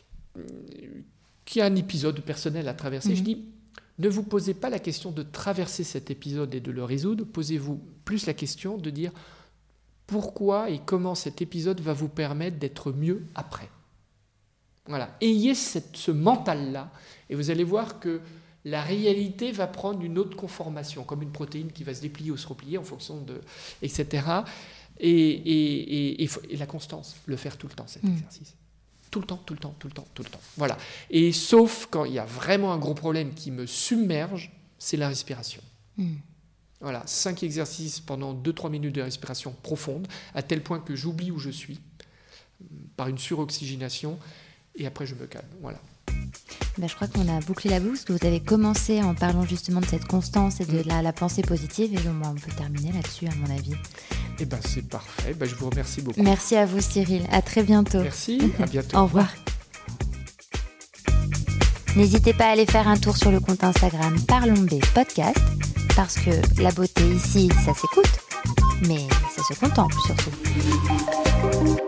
qui a un épisode personnel à traverser. Mmh. Je dis, ne vous posez pas la question de traverser cet épisode et de le résoudre. Posez-vous plus la question de dire pourquoi et comment cet épisode va vous permettre d'être mieux après. Voilà. Ayez cette, ce mental-là, et vous allez voir que la réalité va prendre une autre conformation, comme une protéine qui va se déplier ou se replier en fonction de... et cetera. Et, et, et, et, et la constance, le faire tout le temps, cet mmh. exercice. Tout le temps, tout le temps, tout le temps, tout le temps. Voilà. Et sauf quand il y a vraiment un gros problème qui me submerge, c'est la respiration. Mmh. Voilà. Cinq exercices pendant deux trois minutes de respiration profonde, à tel point que j'oublie où je suis, par une suroxygénation, et après je me calme. Voilà. Ben, je crois qu'on a bouclé la boucle, parce que vous avez commencé en parlant justement de cette constance et de mmh. la, la pensée positive, et donc moi, on peut terminer là-dessus, à mon avis. Eh ben, c'est parfait. Ben, je vous remercie beaucoup. Merci à vous, Cyril. À très bientôt. Merci. À bientôt. Au revoir. N'hésitez pas à aller faire un tour sur le compte Instagram Parlons B Podcast, parce que la beauté ici, ça s'écoute, mais ça se contemple surtout.